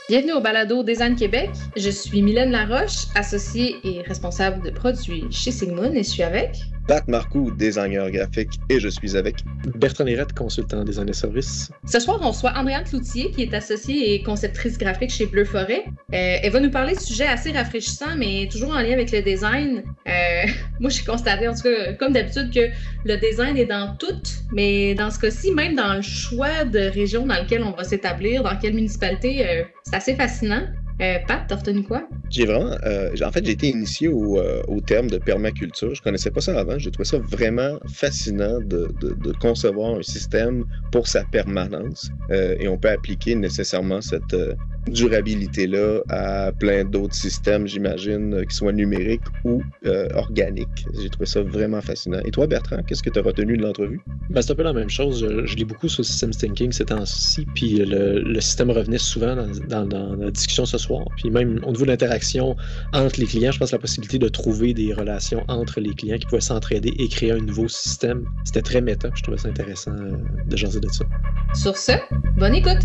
Bienvenue au Balado Design Québec. Je suis Mylène Laroche, associée et responsable de produits chez Sigmund et je suis avec... Pat Marcoux, designer graphique, et je suis avec... Bertrand Lérette, consultant design et services. Ce soir, on reçoit Andréane Cloutier, qui est associée et conceptrice graphique chez Bleu Forêt. Elle va nous parler de sujets assez rafraîchissants, mais toujours en lien avec le design. Moi, j'ai constaté, en tout cas, comme d'habitude, que le design est dans tout, mais dans ce cas-ci, même dans le choix de région dans lequel on va s'établir, dans quelle municipalité, c'est assez fascinant. Pat, t'as retenu quoi? J'ai vraiment... en fait, j'ai été initié au terme de permaculture. Je connaissais pas ça avant. J'ai trouvé ça vraiment fascinant de concevoir un système pour sa permanence. Et on peut appliquer nécessairement cette durabilité-là à plein d'autres systèmes, j'imagine, qui soient numériques ou organiques. J'ai trouvé ça vraiment fascinant. Et toi, Bertrand, qu'est-ce que tu as retenu de l'entrevue? Ben, c'est un peu la même chose. Je lis beaucoup sur Systems Thinking ces temps-ci, puis le système revenait souvent dans la discussion ce soir. Puis même au niveau de l'interaction entre les clients, je pense que la possibilité de trouver des relations entre les clients qui pouvaient s'entraider et créer un nouveau système, c'était très méta. Je trouvais ça intéressant de jaser de ça. Sur ce, bonne écoute!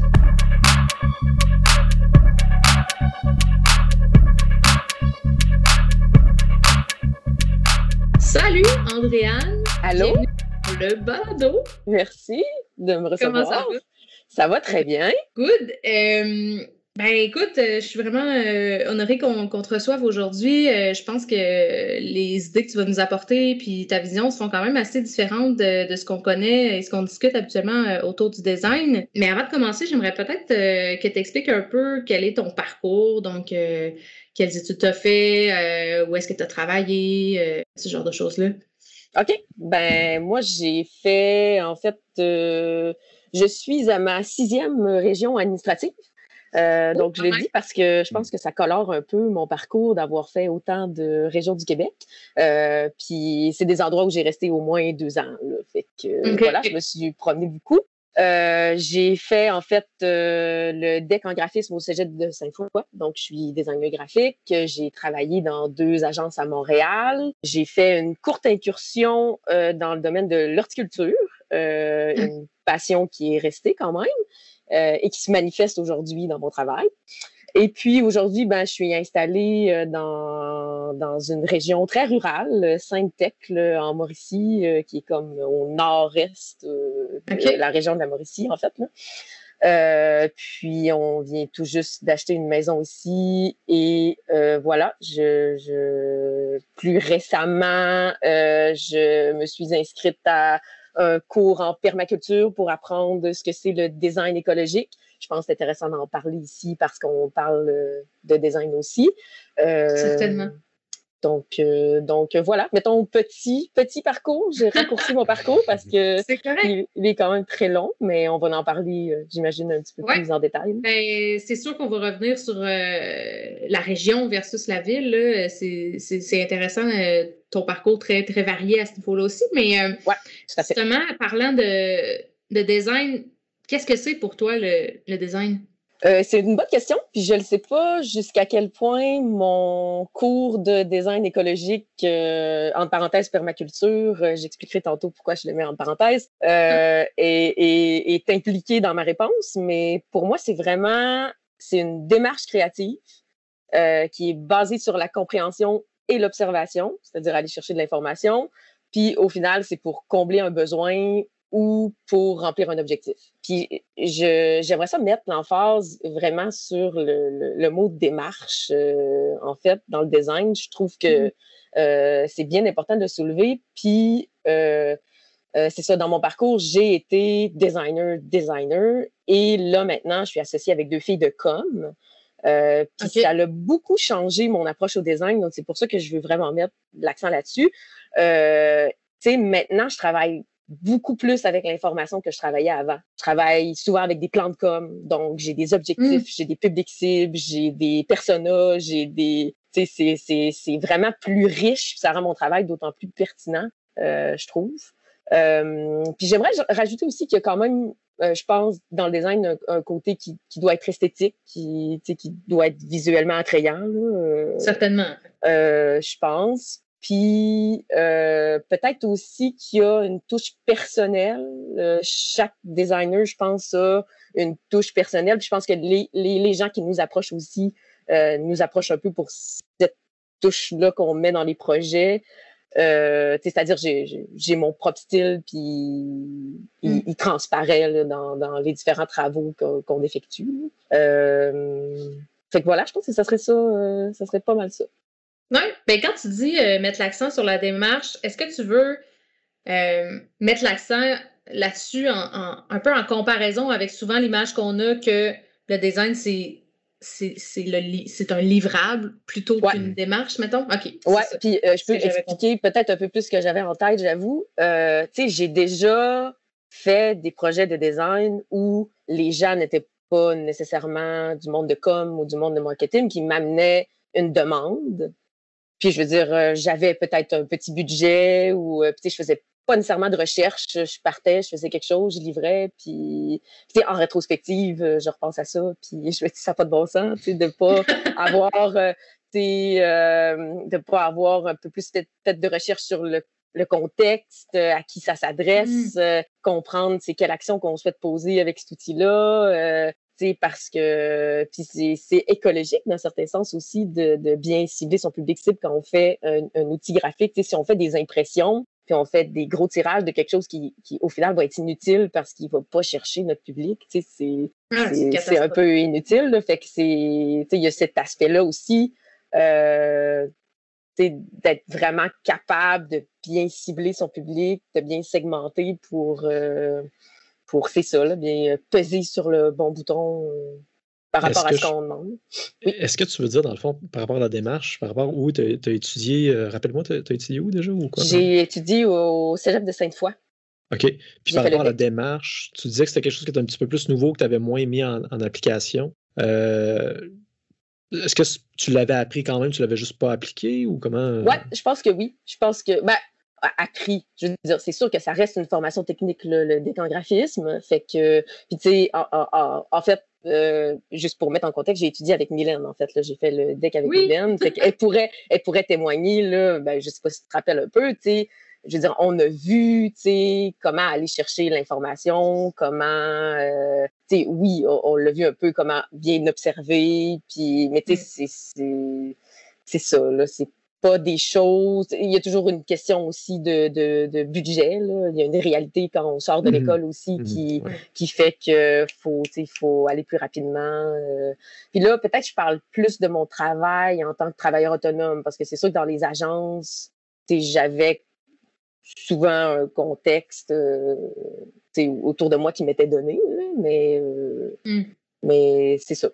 Salut Andréane! Allô? Bienvenue dans le balado. Merci de me recevoir. Comment ça va? Ça va très bien. Good. Ben écoute, je suis vraiment honorée qu'on te reçoive aujourd'hui. Je pense que les idées que tu vas nous apporter puis ta vision sont quand même assez différentes de ce qu'on connaît et ce qu'on discute habituellement autour du design. Mais avant de commencer, j'aimerais peut-être que tu expliques un peu quel est ton parcours, donc quelles études tu as fait, où est-ce que tu as travaillé, ce genre de choses-là. OK. Ben moi, j'ai fait, en fait, je suis à ma 6e région administrative. Donc, je le dis parce que je pense que ça colore un peu mon parcours d'avoir fait autant de régions du Québec. Puis, c'est des endroits où j'ai resté au moins 2 ans. Là. Fait que, voilà, je me suis promenée beaucoup. J'ai fait, en fait, le DEC en graphisme au Cégep de Sainte-Foy. Donc, je suis designer graphique. J'ai travaillé dans 2 agences à Montréal. J'ai fait une courte incursion dans le domaine de l'horticulture, une passion qui est restée quand même. Et qui se manifeste aujourd'hui dans mon travail. Et puis aujourd'hui, ben, je suis installée dans une région très rurale, Sainte-Thècle, en Mauricie, qui est comme au nord-est de la région de la Mauricie, en fait. Là. Puis on vient tout juste d'acheter une maison ici et voilà, plus récemment, je me suis inscrite à un cours en permaculture pour apprendre ce que c'est le design écologique. Je pense que c'est intéressant d'en parler ici parce qu'on parle de design aussi. Certainement. Donc voilà, mettons petit parcours. J'ai raccourci mon parcours parce que il est quand même très long, mais on va en parler, j'imagine, un petit peu plus en détail. Ben, c'est sûr qu'on va revenir sur la région versus la ville. Là. C'est intéressant, ton parcours très, très varié à ce niveau-là aussi. Mais ouais, tout à fait. Justement, parlant de design, qu'est-ce que c'est pour toi le design? C'est une bonne question, puis je ne sais pas jusqu'à quel point mon cours de design écologique, entre parenthèses permaculture, j'expliquerai tantôt pourquoi je le mets en parenthèse, est impliqué dans ma réponse, mais pour moi, c'est une démarche créative qui est basée sur la compréhension et l'observation, c'est-à-dire aller chercher de l'information, puis au final, c'est pour combler un besoin ou pour remplir un objectif. Puis j'aimerais ça mettre l'emphase vraiment sur le mot démarche, en fait, dans le design. Je trouve que c'est bien important de le soulever. Puis c'est ça, dans mon parcours, j'ai été designer, et là, maintenant, je suis associée avec 2 filles de com. Puis ça a beaucoup changé mon approche au design, donc c'est pour ça que je veux vraiment mettre l'accent là-dessus. Tu sais, maintenant, je travaille beaucoup plus avec l'information que je travaillais avant. Je travaille souvent avec des plans de com, donc j'ai des objectifs, j'ai des publics cibles, j'ai des personas, tu sais, c'est vraiment plus riche, ça rend mon travail d'autant plus pertinent, je trouve. Puis j'aimerais rajouter aussi qu'il y a quand même, je pense, dans le design, un côté qui doit être esthétique, qui doit être visuellement attrayant. Là, certainement. Je pense. Puis peut-être aussi qu'il y a une touche personnelle. Chaque designer, je pense, a une touche personnelle. Puis je pense que les gens qui nous approchent aussi nous approchent un peu pour cette touche-là qu'on met dans les projets. C'est-à-dire, j'ai mon propre style, puis il transparaît là, dans les différents travaux qu'on effectue. Fait que voilà, je pense que ça serait pas mal ça. Oui, ben quand tu dis mettre l'accent sur la démarche, est-ce que tu veux mettre l'accent là-dessus un peu en comparaison avec souvent l'image qu'on a que le design, c'est un livrable plutôt qu'une démarche, mettons? OK. Oui, puis je peux expliquer peut-être un peu plus ce que j'avais en tête, j'avoue. Tu sais, j'ai déjà fait des projets de design où les gens n'étaient pas nécessairement du monde de com ou du monde de marketing qui m'amenaient une demande. Puis, je veux dire, j'avais peut-être un petit budget ou, tu sais, je faisais pas nécessairement de recherche. Je partais, je faisais quelque chose, je livrais, puis, tu sais, en rétrospective, je repense à ça, puis je me dis, ça n'a pas de bon sens, tu sais, de pas avoir, de pas avoir un peu plus peut-être de recherche sur le contexte, à qui ça s'adresse, comprendre c'est quelle action qu'on souhaite poser avec cet outil-là, parce que puis c'est écologique dans un certain sens aussi de bien cibler son public cible quand on fait un outil graphique. Si on fait des impressions, puis on fait des gros tirages de quelque chose qui au final va être inutile parce qu'il va pas chercher notre public, c'est un peu inutile. Là, fait que il y a cet aspect-là aussi. D'être vraiment capable de bien cibler son public, de bien segmenter pour c'est ça, là, bien peser sur le bon bouton par rapport à ce qu'on demande. Oui. Est-ce que tu veux dire, dans le fond, par rapport à la démarche, par rapport où tu as étudié, rappelle-moi, tu as étudié où déjà? Ou quoi? J'ai étudié au Cégep de Sainte-Foy. OK. Puis par rapport à la démarche, tu disais que c'était quelque chose qui était un petit peu plus nouveau, que tu avais moins mis en application. Est-ce que tu l'avais appris quand même, tu l'avais juste pas appliqué ou comment? Oui, je pense que oui. Je pense que, appris, je veux dire, c'est sûr que ça reste une formation technique, le deck en graphisme. Fait que, puis tu sais, en fait, juste pour mettre en contexte, j'ai étudié avec Mylène, en fait. Là, j'ai fait le deck avec Mylène. Fait qu'elle pourrait témoigner, là, je sais pas si tu te rappelles un peu, tu sais. Je veux dire, on a vu, tu sais, comment aller chercher l'information, comment, tu sais, oui, on l'a vu un peu, comment bien observer, puis, mais tu sais, c'est ça, là, c'est pas des choses. Il y a toujours une question aussi de budget, là. Il y a une réalité quand on sort de l'école aussi qui fait que faut aller plus rapidement. Puis là, peut-être je parle plus de mon travail en tant que travailleur autonome, parce que c'est sûr que dans les agences, j'avais souvent un contexte autour de moi qui m'était donné, là, mais c'est ça.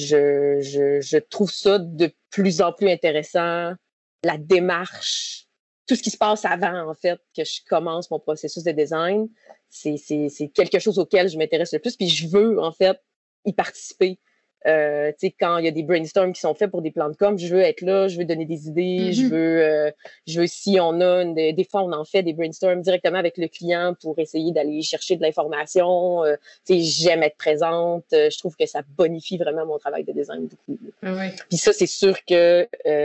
Je trouve ça de plus en plus intéressant, la démarche, tout ce qui se passe avant, en fait, que je commence mon processus de design. C'est quelque chose auquel je m'intéresse le plus, puis je veux, en fait, y participer. Quand il y a des brainstorms qui sont faits pour des plans de com, je veux être là, je veux donner des idées, je veux si on a des fois on en fait des brainstorms directement avec le client pour essayer d'aller chercher de l'information. J'aime être présente, je trouve que ça bonifie vraiment mon travail de design beaucoup. Puis ça, c'est sûr que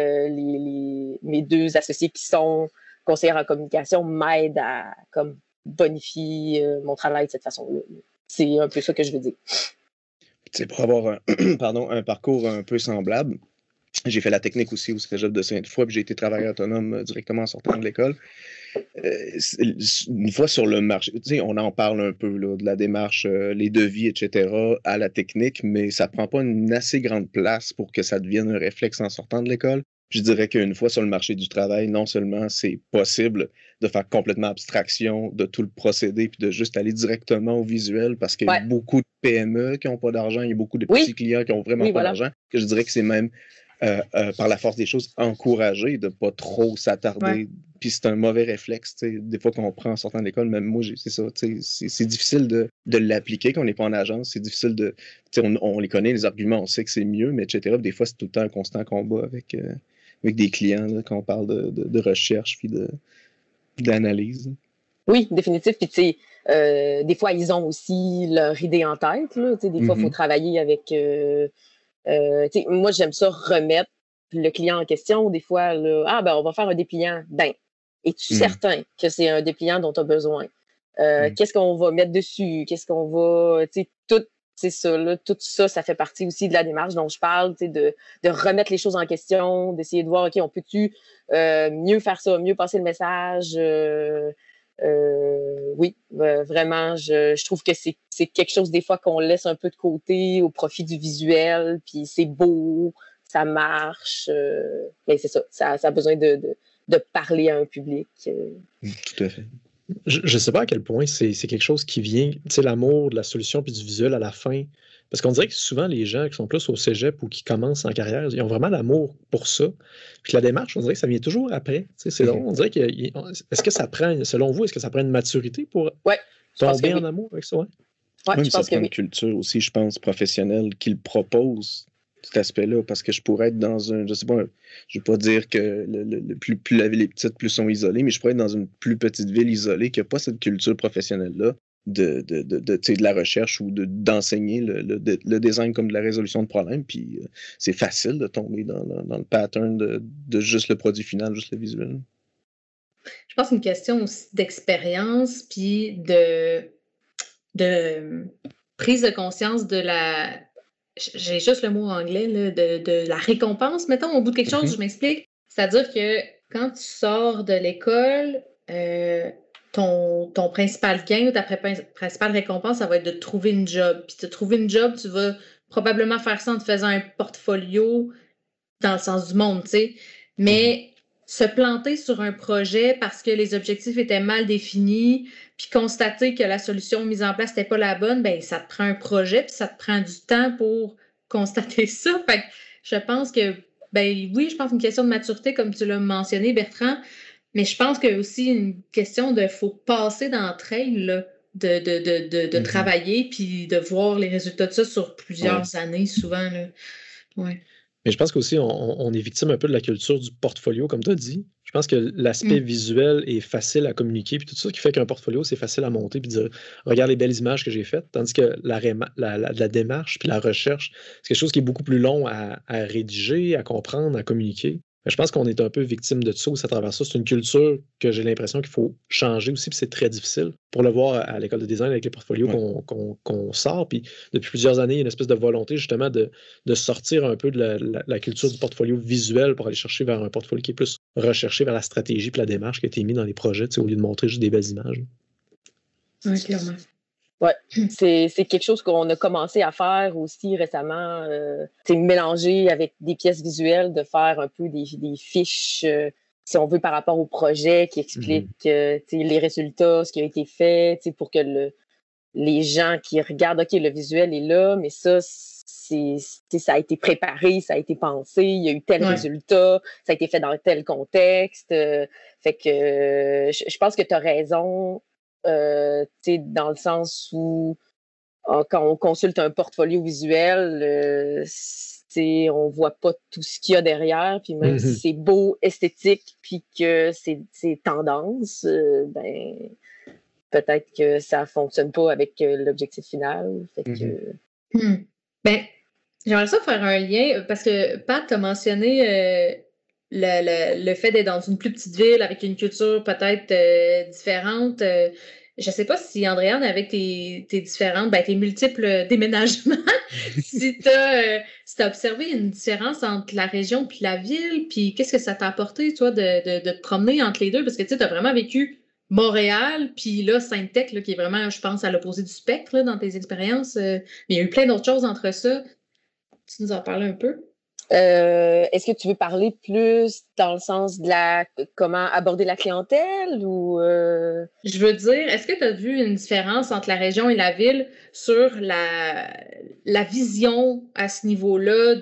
mes deux associés qui sont conseillères en communication m'aident à comme bonifier mon travail de cette façon-là. C'est un peu ça que je veux dire. Pour avoir un parcours un peu semblable, j'ai fait la technique aussi au Cégep de Sainte-Foy, puis j'ai été travailleur autonome directement en sortant de l'école. Une fois sur le marché, on en parle un peu là, de la démarche, les devis, etc., à la technique, mais ça ne prend pas une assez grande place pour que ça devienne un réflexe en sortant de l'école. Je dirais qu'une fois sur le marché du travail, non seulement c'est possible de faire complètement abstraction de tout le procédé puis de juste aller directement au visuel parce qu'il y a beaucoup de PME qui n'ont pas d'argent, il y a beaucoup de petits clients qui n'ont vraiment pas d'argent, que je dirais que c'est même, par la force des choses, encouragé de ne pas trop s'attarder. Puis c'est un mauvais réflexe, des fois qu'on prend en sortant de l'école, même moi, c'est ça, c'est difficile de l'appliquer quand on n'est pas en agence, c'est difficile de... On les connaît, les arguments, on sait que c'est mieux, mais etc. Des fois, c'est tout le temps un constant combat avec des clients là, quand on parle de recherche puis d'analyse. Oui, définitif. Puis, tu sais, des fois, ils ont aussi leur idée en tête. Là, des fois, il faut travailler avec... moi, j'aime ça remettre le client en question, des fois, là, ben, on va faire un dépliant. Ben, es-tu certain que c'est un dépliant dont tu as besoin? Qu'est-ce qu'on va mettre dessus? Qu'est-ce qu'on va... Tu sais, tout, c'est ça, là, tout ça, ça fait partie aussi de la démarche dont je parle, tu sais, de remettre les choses en question, d'essayer de voir, OK, on peut-tu mieux faire ça, mieux passer le message? Oui, vraiment, je trouve que c'est quelque chose des fois qu'on laisse un peu de côté au profit du visuel, puis c'est beau, ça marche, mais c'est ça, ça a besoin de parler à un public. Tout à fait. Je ne sais pas à quel point c'est quelque chose qui vient, tu sais, l'amour de la solution puis du visuel à la fin. Parce qu'on dirait que souvent, les gens qui sont plus au cégep ou qui commencent en carrière, ils ont vraiment l'amour pour ça. Puis la démarche, on dirait que ça vient toujours après. Tu sais, c'est long. On dirait que. Est-ce que ça prend, selon vous, est-ce que ça prend une maturité pour tomber en amour avec ça? Ouais? Même ça prend une culture aussi, je pense, professionnelle qui le propose, cet aspect-là, parce que je pourrais être dans un, je sais pas, je veux pas dire que plus la ville est petite, plus sont isolés, mais je pourrais être dans une plus petite ville isolée qui n'a pas cette culture professionnelle-là de la recherche ou d'enseigner le design comme de la résolution de problèmes, puis c'est facile de tomber dans le pattern de juste le produit final, juste le visuel. Je pense que c'est une question aussi d'expérience, puis de prise de conscience de la... J'ai juste le mot anglais, là, de la récompense, mettons, au bout de quelque chose, je m'explique. C'est-à-dire que quand tu sors de l'école, ton principal gain ou ta principale récompense, ça va être de trouver une job. Puis de trouver une job, tu vas probablement faire ça en te faisant un portfolio dans le sens du monde, tu sais. Mais se planter sur un projet parce que les objectifs étaient mal définis, puis constater que la solution mise en place n'était pas la bonne, ben ça te prend un projet, puis ça te prend du temps pour constater ça. Fait que je pense que, ben oui, je pense une question de maturité, comme tu l'as mentionné, Bertrand, mais je pense qu'il y a aussi une question de faut passer dans le train, là, de travailler, puis de voir les résultats de ça sur plusieurs années, souvent. Là. Ouais. Mais je pense qu'aussi, on est victime un peu de la culture du portfolio, comme tu as dit. Je pense que l'aspect visuel est facile à communiquer, puis tout ça qui fait qu'un portfolio, c'est facile à monter, puis dire « Regarde les belles images que j'ai faites », tandis que la démarche puis la recherche, c'est quelque chose qui est beaucoup plus long à rédiger, à comprendre, à communiquer. Je pense qu'on est un peu victime de ça aussi à travers ça. C'est une culture que j'ai l'impression qu'il faut changer aussi, puis c'est très difficile. Pour le voir à l'école de design avec les portfolios qu'on sort, puis depuis plusieurs années, il y a une espèce de volonté justement de sortir un peu de la culture du portfolio visuel pour aller chercher vers un portfolio qui est plus recherché vers la stratégie puis la démarche qui a été mise dans les projets, au lieu de montrer juste des belles images. Oui, clairement. Oui, c'est quelque chose qu'on a commencé à faire aussi récemment, mélanger avec des pièces visuelles, de faire un peu des fiches, si on veut, par rapport au projet qui expliquent les résultats, ce qui a été fait, pour que les gens qui regardent, OK, le visuel est là, mais ça, ça a été préparé, ça a été pensé, il y a eu tel résultat, ça a été fait dans tel contexte. Fait que je pense que tu as raison. Dans le sens où quand on consulte un portfolio visuel, on voit pas tout ce qu'il y a derrière, puis même si c'est beau, esthétique, puis que c'est tendance, ben peut-être que ça fonctionne pas avec l'objectif final. Fait que... Ben, j'aimerais ça faire un lien, parce que Pat a mentionné le fait d'être dans une plus petite ville avec une culture peut-être différente. Je ne sais pas si, Andréane, avec tes multiples déménagements, si tu as observé une différence entre la région et la ville, puis qu'est-ce que ça t'a apporté, toi, de te promener entre les deux? Parce que tu as vraiment vécu Montréal, puis là, Sainte-Tech, qui est vraiment, je pense, à l'opposé du spectre là, dans tes expériences. Mais il y a eu plein d'autres choses entre ça. Tu nous en parles un peu? Est-ce que tu veux parler plus dans le sens de comment aborder la clientèle ou Je veux dire, est-ce que tu as vu une différence entre la région et la ville sur la vision à ce niveau-là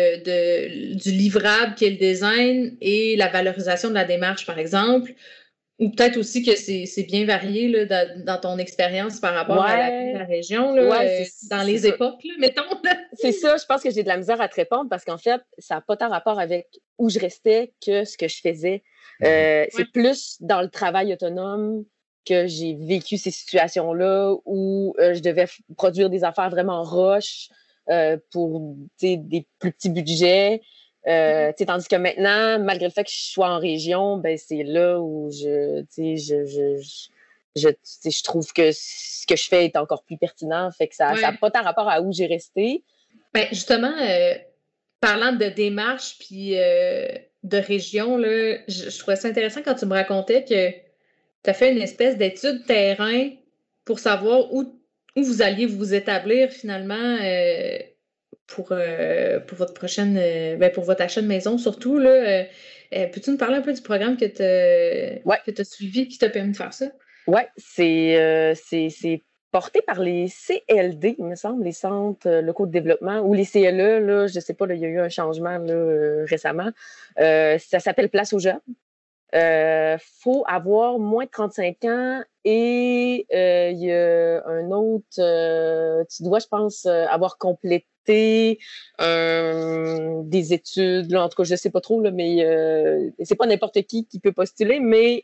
du livrable qui est le design et la valorisation de la démarche, par exemple? Ou peut-être aussi que c'est bien varié là, dans ton expérience par rapport à la région, là, dans les époques, là, mettons. Là. C'est ça, je pense que j'ai de la misère à te répondre parce qu'en fait, ça n'a pas tant rapport avec où je restais que ce que je faisais. C'est plus dans le travail autonome que j'ai vécu ces situations-là où je devais produire des affaires vraiment rush pour des plus petits budgets. Tandis que maintenant, malgré le fait que je sois en région, ben, c'est là où je trouve que ce que je fais est encore plus pertinent. Fait que ça n'a pas tant rapport à où j'ai resté. Ben, justement, parlant de démarche puis de région, là, je trouvais ça intéressant quand tu me racontais que tu as fait une espèce d'étude terrain pour savoir où vous alliez vous établir finalement pour votre prochaine pour votre achat de maison surtout. Là, peux-tu nous parler un peu du programme que tu as suivi qui t'a permis de faire ça? Oui, c'est porté par les CLD, il me semble, les centres locaux de développement, ou les CLE, là, je ne sais pas, là, il y a eu un changement là, récemment. Ça s'appelle Place aux jeunes. Faut avoir moins de 35 ans et il y a un autre, tu dois, je pense, avoir complété des études, là, en tout cas, je ne sais pas trop, là, mais c'est pas n'importe qui peut postuler, mais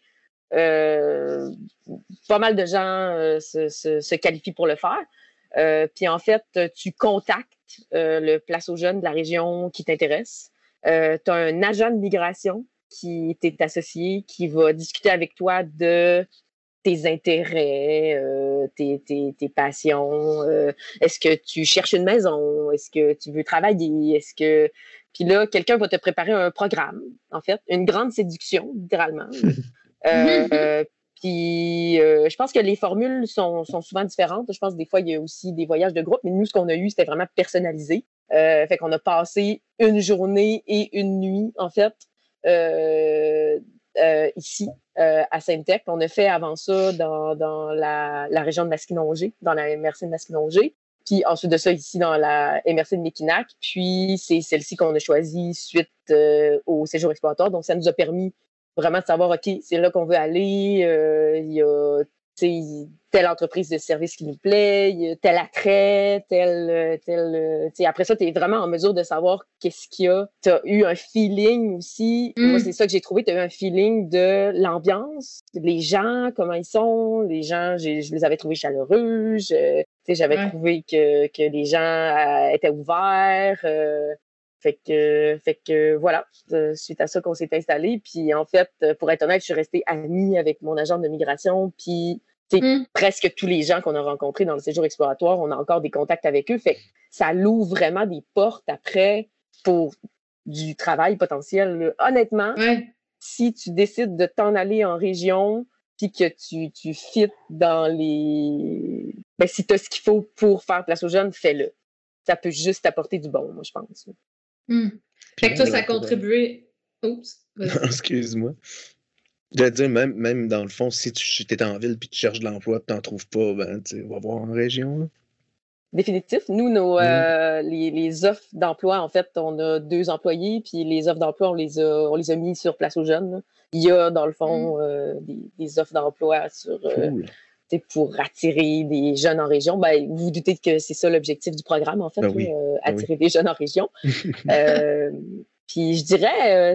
pas mal de gens se qualifient pour le faire. Puis en fait, tu contactes le Place aux jeunes de la région qui t'intéresse. Tu as un agent de migration qui t'est associé, qui va discuter avec toi de tes intérêts, tes passions. Est-ce que tu cherches une maison? Est-ce que tu veux travailler? Puis là, quelqu'un va te préparer un programme, en fait, une grande séduction, littéralement. Puis je pense que les formules sont souvent différentes. Je pense que des fois, il y a aussi des voyages de groupe, mais nous, ce qu'on a eu, c'était vraiment personnalisé. Fait qu'on a passé une journée et une nuit, en fait, ici, à Sainte-Tech. On a fait avant ça dans la région de Masquinongé, dans la MRC de Masquinongé. Puis ensuite de ça, ici, dans la MRC de Mekinac. Puis c'est celle-ci qu'on a choisie suite au séjour exploratoire. Donc, ça nous a permis vraiment de savoir, OK, c'est là qu'on veut aller. Il y a telle entreprise de service qui nous plaît, tel attrait, après ça, tu es vraiment en mesure de savoir qu'est-ce qu'il y a. Tu as eu un feeling aussi. Moi, c'est ça que j'ai trouvé. Tu as eu un feeling de l'ambiance, les gens, comment ils sont. Les gens, je les avais trouvés chaleureux. J'avais trouvé que les gens étaient ouverts. Fait que voilà, suite à ça qu'on s'est installé. Puis en fait, pour être honnête, je suis restée amie avec mon agent de migration. Puis presque tous les gens qu'on a rencontrés dans le séjour exploratoire, on a encore des contacts avec eux. Fait que ça l'ouvre vraiment des portes après pour du travail potentiel. Là. Honnêtement, si tu décides de t'en aller en région, puis que tu fites dans les... Ben, si tu as ce qu'il faut pour faire place aux jeunes, fais-le. Ça peut juste t'apporter du bon, moi, je pense. Fait que toi, ça a contribué... Oups. Excuse-moi. Je veux dire, même dans le fond, si tu es en ville et tu cherches de l'emploi et tu n'en trouves pas, ben, on va voir en région. Là. Définitif. Nous, les offres d'emploi, en fait, on a 2 employés, puis les offres d'emploi, on les a mis sur Place aux jeunes. Là. Il y a, dans le fond, des offres d'emploi sur... pour attirer des jeunes en région. Ben, vous vous doutez que c'est ça l'objectif du programme, en fait, attirer des jeunes en région. Puis je dirais,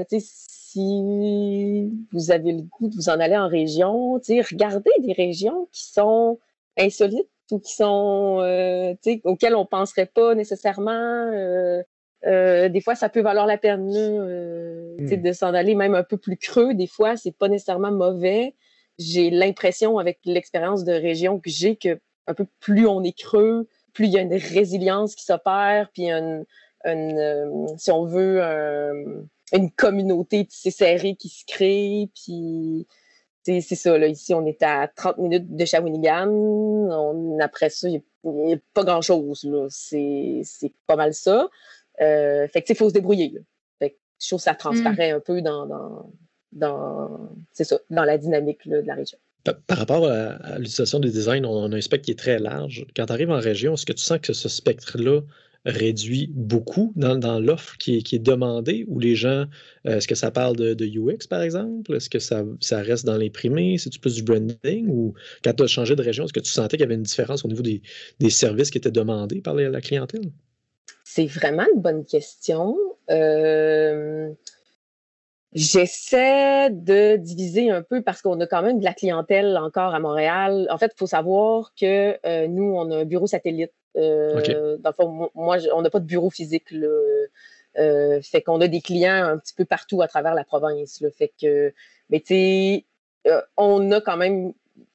si vous avez le goût de vous en aller en région, regardez des régions qui sont insolites ou qui sont auxquelles on ne penserait pas nécessairement. Des fois, ça peut valoir la peine de s'en aller même un peu plus creux. Des fois, c'est pas nécessairement mauvais. J'ai l'impression, avec l'expérience de région que j'ai, que un peu plus on est creux, plus il y a une résilience qui s'opère, puis si on veut, une communauté serrée qui se crée, puis c'est ça, là, ici, on est à 30 minutes de Shawinigan, après ça, il n'y a pas grand-chose, là, c'est pas mal ça. Fait que, il faut se débrouiller, là. Fait que, je trouve que ça transparaît un peu dans la dynamique là, de la région. Par rapport à l'utilisation des designs, on a un spectre qui est très large. Quand tu arrives en région, est-ce que tu sens que ce spectre-là réduit beaucoup dans l'offre qui est demandée, ou les gens, est-ce que ça parle de UX, par exemple? Est-ce que ça reste dans l'imprimé? C'est-tu plus du branding? Ou quand tu as changé de région, est-ce que tu sentais qu'il y avait une différence au niveau des services qui étaient demandés par la clientèle? C'est vraiment une bonne question. J'essaie de diviser un peu parce qu'on a quand même de la clientèle encore à Montréal. En fait, il faut savoir que nous, on a un bureau satellite. Dans le fond, moi, on n'a pas de bureau physique. Là. Fait qu'on a des clients un petit peu partout à travers la province. Là. Fait que, mais tu sais, on a quand même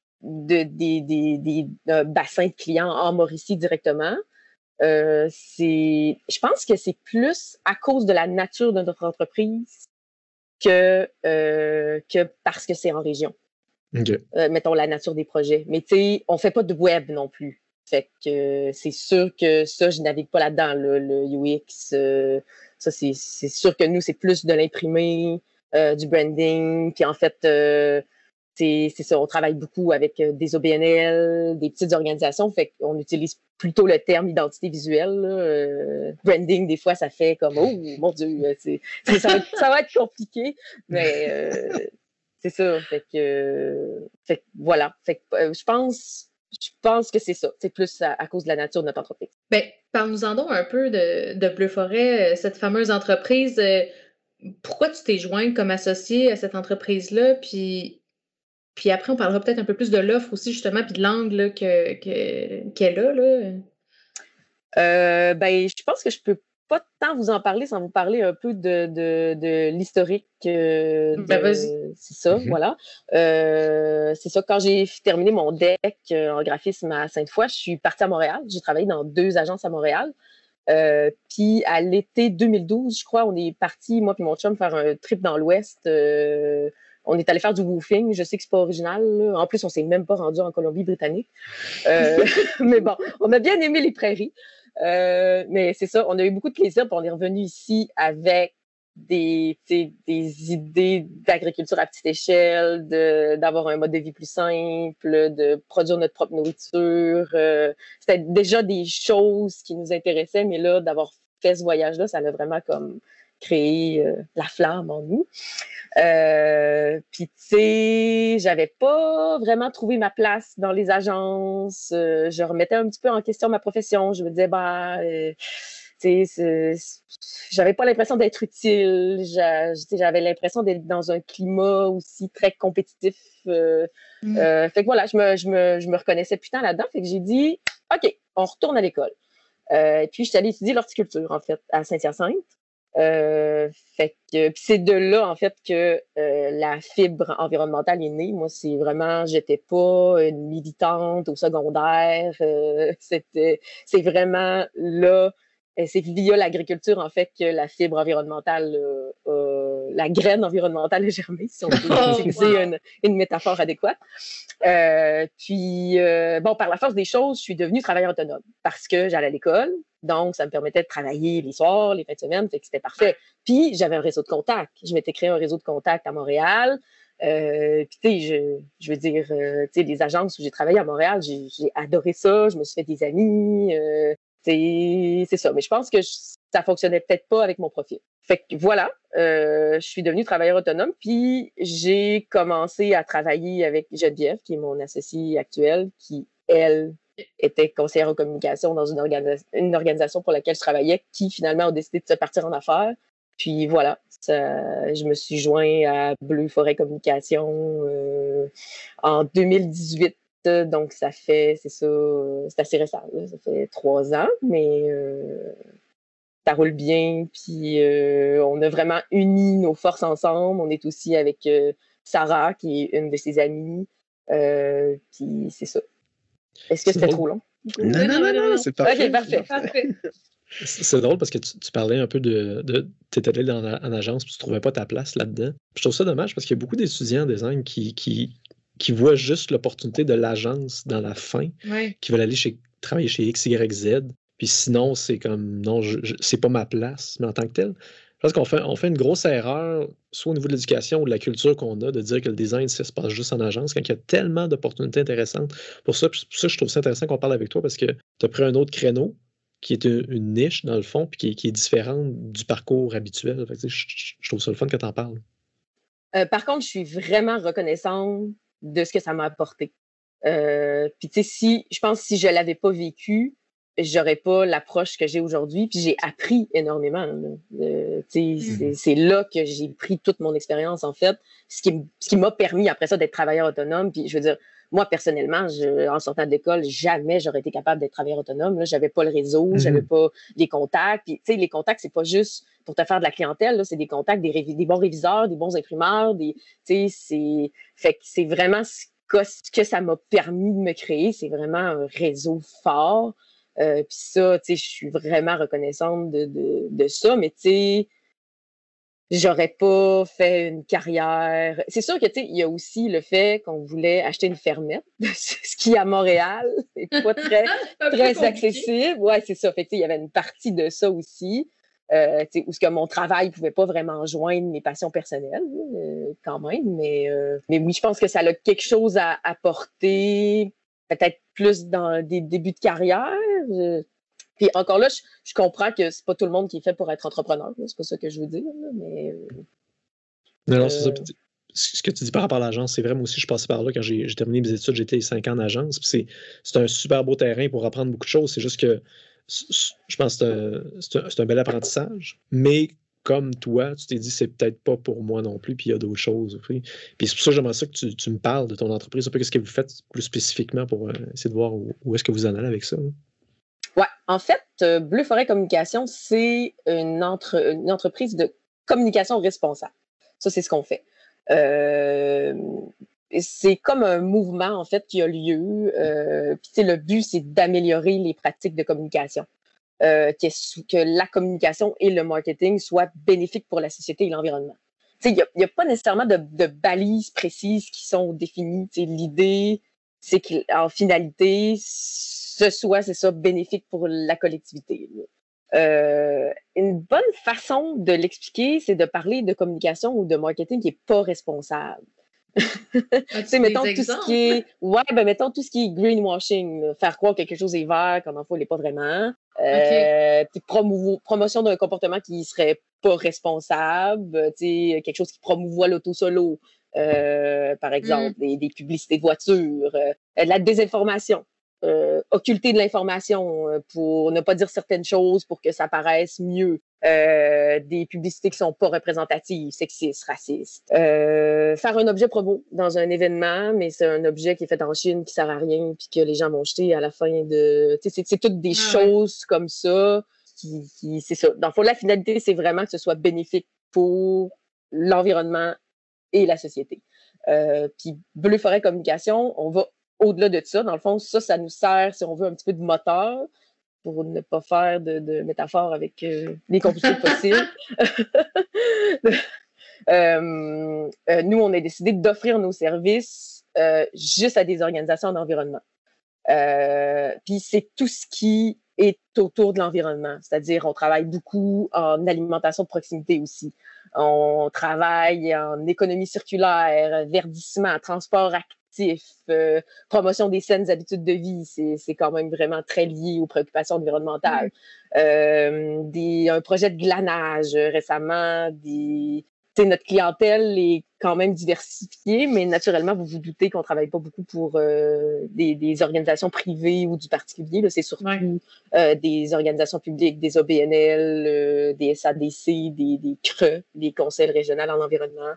des bassins de clients en Mauricie directement. Je pense que c'est plus à cause de la nature de notre entreprise que parce que c'est en région. OK. Mettons la nature des projets. Mais tu sais, on fait pas de web non plus. Fait que c'est sûr que ça, je navigue pas là-dedans, le UX. Ça, c'est sûr que nous, c'est plus de l'imprimé, du branding. Puis en fait, c'est ça, on travaille beaucoup avec des OBNL, des petites organisations. Fait qu'on utilise plutôt le terme identité visuelle. Là. Branding, des fois, ça fait comme « Oh, mon Dieu, ça va être compliqué. » Mais c'est ça. Fait que voilà. Fait que je pense que c'est ça. C'est plus à cause de la nature de notre entreprise. Ben, parle-nous-en donc un peu de Bleu Forêt, cette fameuse entreprise. Pourquoi tu t'es joint comme associé à cette entreprise-là? Puis après, on parlera peut-être un peu plus de l'offre aussi, justement, puis de l'angle qu'elle a, là. Ben, je pense que je peux pas tant vous en parler sans vous parler un peu de l'historique. Ben, vas-y. C'est ça, voilà. C'est ça, quand j'ai terminé mon DEC en graphisme à Sainte-Foy, je suis partie à Montréal. J'ai travaillé dans 2 agences à Montréal. Puis à l'été 2012, je crois, on est parti, moi puis mon chum, faire un trip dans l'Ouest. On est allé faire du woofing. Je sais que c'est pas original. Là. En plus, on s'est même pas rendu en Colombie-Britannique. Mais bon, on a bien aimé les prairies. Mais c'est ça, on a eu beaucoup de plaisir. Puis on est revenu ici avec des idées d'agriculture à petite échelle, d'avoir un mode de vie plus simple, de produire notre propre nourriture. C'était déjà des choses qui nous intéressaient, mais là, d'avoir fait ce voyage-là, ça a vraiment comme créé la flamme en nous. Puis, tu sais, j'avais pas vraiment trouvé ma place dans les agences. Je remettais un petit peu en question ma profession. Je me disais, tu sais, j'avais pas l'impression d'être utile. J'avais l'impression d'être dans un climat aussi très compétitif. Fait que voilà, je me reconnaissais putain là-dedans. Fait que j'ai dit, OK, on retourne à l'école. Puis, je suis allée étudier l'horticulture, en fait, à Saint-Hyacinthe. Fait que puis c'est de là en fait que la fibre environnementale est née. Moi, c'est vraiment, j'étais pas une militante au secondaire. C'est vraiment là, c'est via l'agriculture en fait que la fibre environnementale, la graine environnementale est germée, si on peut utiliser une métaphore adéquate. Puis bon, par la force des choses, je suis devenue travailleur autonome parce que j'allais à l'école. Donc, ça me permettait de travailler les soirs, les fins de semaine, fait que c'était parfait. Puis, j'avais un réseau de contacts. Je m'étais créé un réseau de contacts à Montréal. Puis, tu sais, je veux dire, tu sais, les agences où j'ai travaillé à Montréal, j'ai adoré ça. Je me suis fait des amis. C'est ça. Mais je pense que ça fonctionnait peut-être pas avec mon profil. Fait que voilà, je suis devenue travailleur autonome. Puis, j'ai commencé à travailler avec Geneviève, qui est mon associée actuelle, qui, elle, était conseillère en communication dans une organisation pour laquelle je travaillais, qui finalement a décidé de se partir en affaires. Puis voilà, je me suis joint à Bleu Forêt Communication en 2018. Donc ça fait, c'est ça, c'est assez récent, là, ça fait 3 ans, mais ça roule bien. Puis on a vraiment uni nos forces ensemble. On est aussi avec Sarah, qui est une de ses amies. Puis c'est ça. Est-ce que c'était trop long? Non, c'est parfait. OK, parfait. C'est drôle parce que tu parlais un peu tu étais allé en agence puis tu trouvais pas ta place là-dedans. Puis je trouve ça dommage parce qu'il y a beaucoup d'étudiants en design qui voient juste l'opportunité de l'agence dans la fin, qui veulent aller travailler chez X, Y, Z. Puis sinon, c'est comme, non, c'est pas ma place, mais en tant que tel. Je pense qu'on fait une grosse erreur, soit au niveau de l'éducation ou de la culture qu'on a, de dire que le design, ça se passe juste en agence, quand il y a tellement d'opportunités intéressantes. Pour ça, je trouve ça intéressant qu'on parle avec toi parce que tu as pris un autre créneau qui est une niche, dans le fond, puis qui est différente du parcours habituel. Fait que, je trouve ça le fun que tu en parles. Par contre, je suis vraiment reconnaissante de ce que ça m'a apporté. Puis, tu sais, je pense que si je ne l'avais pas vécu, j'aurais pas l'approche que j'ai aujourd'hui, puis j'ai appris énormément. C'est là que j'ai pris toute mon expérience, en fait, ce qui m'a permis, après ça, d'être travailleur autonome. Puis, je veux dire, moi, personnellement, en sortant de l'école, jamais j'aurais été capable d'être travailleur autonome. Je n'avais pas le réseau, j'avais pas les contacts. Puis, tu sais, les contacts, c'est pas juste pour te faire de la clientèle, là, c'est des contacts, des bons réviseurs, des bons imprimeurs. Fait que c'est vraiment ce que ça m'a permis de me créer. C'est vraiment un réseau fort. Puis ça, tu sais, je suis vraiment reconnaissante de ça. Mais tu sais, j'aurais pas fait une carrière. C'est sûr que, tu sais, il y a aussi le fait qu'on voulait acheter une fermette, ce qui, à Montréal, c'est pas très accessible. Ouais, c'est ça. Fait que, tu sais, il y avait une partie de ça aussi, tu sais, où ce que mon travail pouvait pas vraiment joindre mes passions personnelles, quand même. Mais oui, je pense que ça a quelque chose à apporter, peut-être plus dans des débuts de carrière. Puis encore là, je comprends que c'est pas tout le monde qui est fait pour être entrepreneur. C'est pas ça que je veux dire, là, mais... Non, c'est ça. Ce que tu dis par rapport à l'agence, c'est vrai, moi aussi, je passais par là quand j'ai terminé mes études, j'étais 5 ans en agence. Puis c'est un super beau terrain pour apprendre beaucoup de choses. C'est juste que je pense que c'est un bel apprentissage. Mais comme toi, tu t'es dit, c'est peut-être pas pour moi non plus, puis il y a d'autres choses. Puis c'est pour ça que j'aimerais ça que tu me parles de ton entreprise, un peu qu'est-ce que vous faites plus spécifiquement pour essayer de voir où est-ce que vous en allez avec ça. Là. Ouais, en fait, Bleu Forêt Communication, c'est une entreprise de communication responsable. Ça, c'est ce qu'on fait. C'est comme un mouvement, en fait, qui a lieu. Puis, le but, c'est d'améliorer les pratiques de communication. Que la communication et le marketing soient bénéfiques pour la société et l'environnement. Il n'y a pas nécessairement de balises précises qui sont définies. L'idée, c'est qu'en finalité, c'est ça, bénéfique pour la collectivité. Une bonne façon de l'expliquer, c'est de parler de communication ou de marketing qui n'est pas responsable. Mettons tout ce qui est mettons tout ce qui est greenwashing, là, faire croire que quelque chose est vert quand en fait il n'est pas vraiment. Puis promotion d'un comportement qui serait pas responsable, quelque chose qui promouvoit l'auto-solo, par exemple, des publicités de voitures, de la désinformation. Occulter de l'information pour ne pas dire certaines choses pour que ça paraisse mieux. Des publicités qui sont pas représentatives, sexistes, racistes. Faire un objet promo dans un événement, mais c'est un objet qui est fait en Chine, qui sert à rien, puis que les gens vont jeter à la fin de... C'est toutes des choses comme ça qui c'est ça. Dans le fond, la finalité, c'est vraiment que ce soit bénéfique pour l'environnement et la société. Puis Bleu Forêt Communication, on va au-delà de ça. Dans le fond, ça nous sert, si on veut, un petit peu de moteur pour ne pas faire de métaphores avec les combustibles fossiles. Nous, on a décidé d'offrir nos services juste à des organisations d'environnement. Puis c'est tout ce qui est autour de l'environnement. C'est-à-dire, on travaille beaucoup en alimentation de proximité aussi. On travaille en économie circulaire, verdissement, transport actif, promotion des saines habitudes de vie. C'est quand même vraiment très lié aux préoccupations environnementales. Un projet de glanage récemment, notre clientèle est quand même diversifiée, mais naturellement, vous vous doutez qu'on ne travaille pas beaucoup pour des organisations privées ou du particulier. Là, c'est surtout des organisations publiques, des OBNL, des SADC, des CRE, des conseils régionaux en environnement.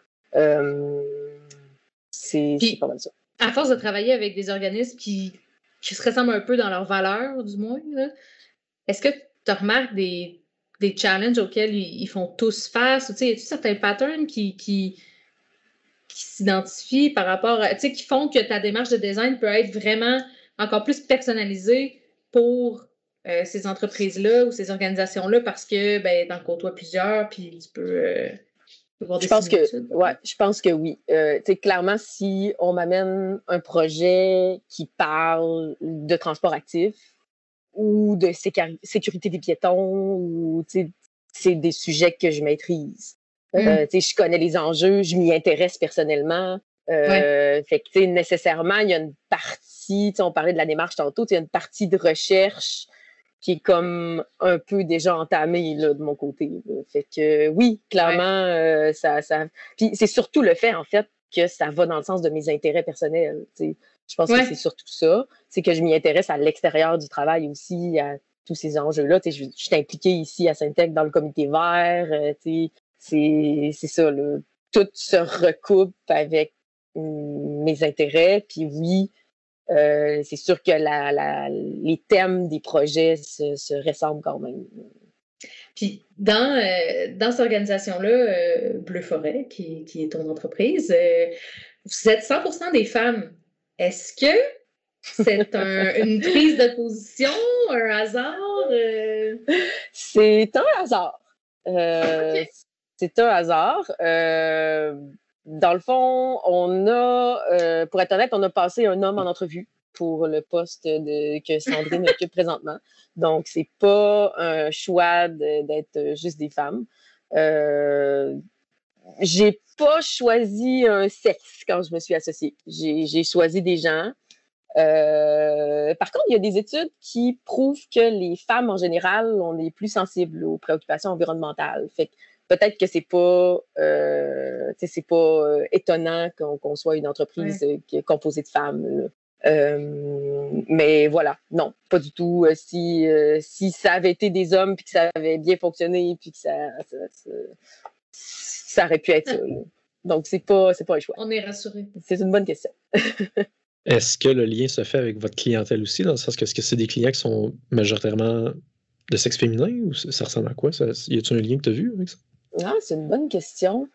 C'est pas mal ça. À force de travailler avec des organismes qui se ressemblent un peu dans leurs valeurs, du moins, là, est-ce que tu remarques des challenges auxquels ils font tous face? Y a-t-il certains patterns qui s'identifient par rapport à, qui font que ta démarche de design peut être vraiment encore plus personnalisée pour ces entreprises-là ou ces organisations-là parce que t'en côtoies plusieurs puis tu peux voir des similitudes? Je pense que oui. Clairement, si on m'amène un projet qui parle de transport actif ou de sécurité des piétons, ou c'est des sujets que je maîtrise. Je connais les enjeux, je m'y intéresse personnellement. Fait que nécessairement, il y a une partie, on parlait de la démarche tantôt, il y a une partie de recherche qui est comme un peu déjà entamée là, de mon côté. Là. Fait que oui, clairement, ça. Puis c'est surtout le fait, en fait, que ça va dans le sens de mes intérêts personnels. Je pense que c'est surtout ça. C'est que je m'y intéresse à l'extérieur du travail aussi, à tous ces enjeux-là. Je suis impliquée ici à Sainte-Thèque dans le comité vert. C'est ça. Là. Tout se recoupe avec mes intérêts. Puis oui, C'est sûr que les thèmes des projets se ressemblent quand même. Puis dans cette organisation-là, Bleu Forêt, qui est ton entreprise, vous êtes 100% des femmes. Est-ce que c'est une prise de position, un hasard? C'est un hasard. OK. C'est un hasard. Dans le fond, pour être honnête, on a passé un homme en entrevue pour le poste que Sandrine occupe présentement. Donc, c'est pas un choix d'être juste des femmes. J'ai pas choisi un sexe quand je me suis associée. J'ai choisi des gens. Par contre, il y a des études qui prouvent que les femmes, en général, on est plus sensibles aux préoccupations environnementales. Fait que peut-être que c'est pas étonnant qu'on soit une entreprise qui est composée de femmes. Mais voilà, non, pas du tout. Si ça avait été des hommes puis que ça avait bien fonctionné puis que ça aurait pu être ça. Là. Donc, c'est pas un choix. On est rassurés. C'est une bonne question. Est-ce que le lien se fait avec votre clientèle aussi, dans le sens que est-ce que c'est des clients qui sont majoritairement de sexe féminin ou ça ressemble à quoi? Y a-t-il un lien que tu as vu avec ça? Ah, c'est une bonne question.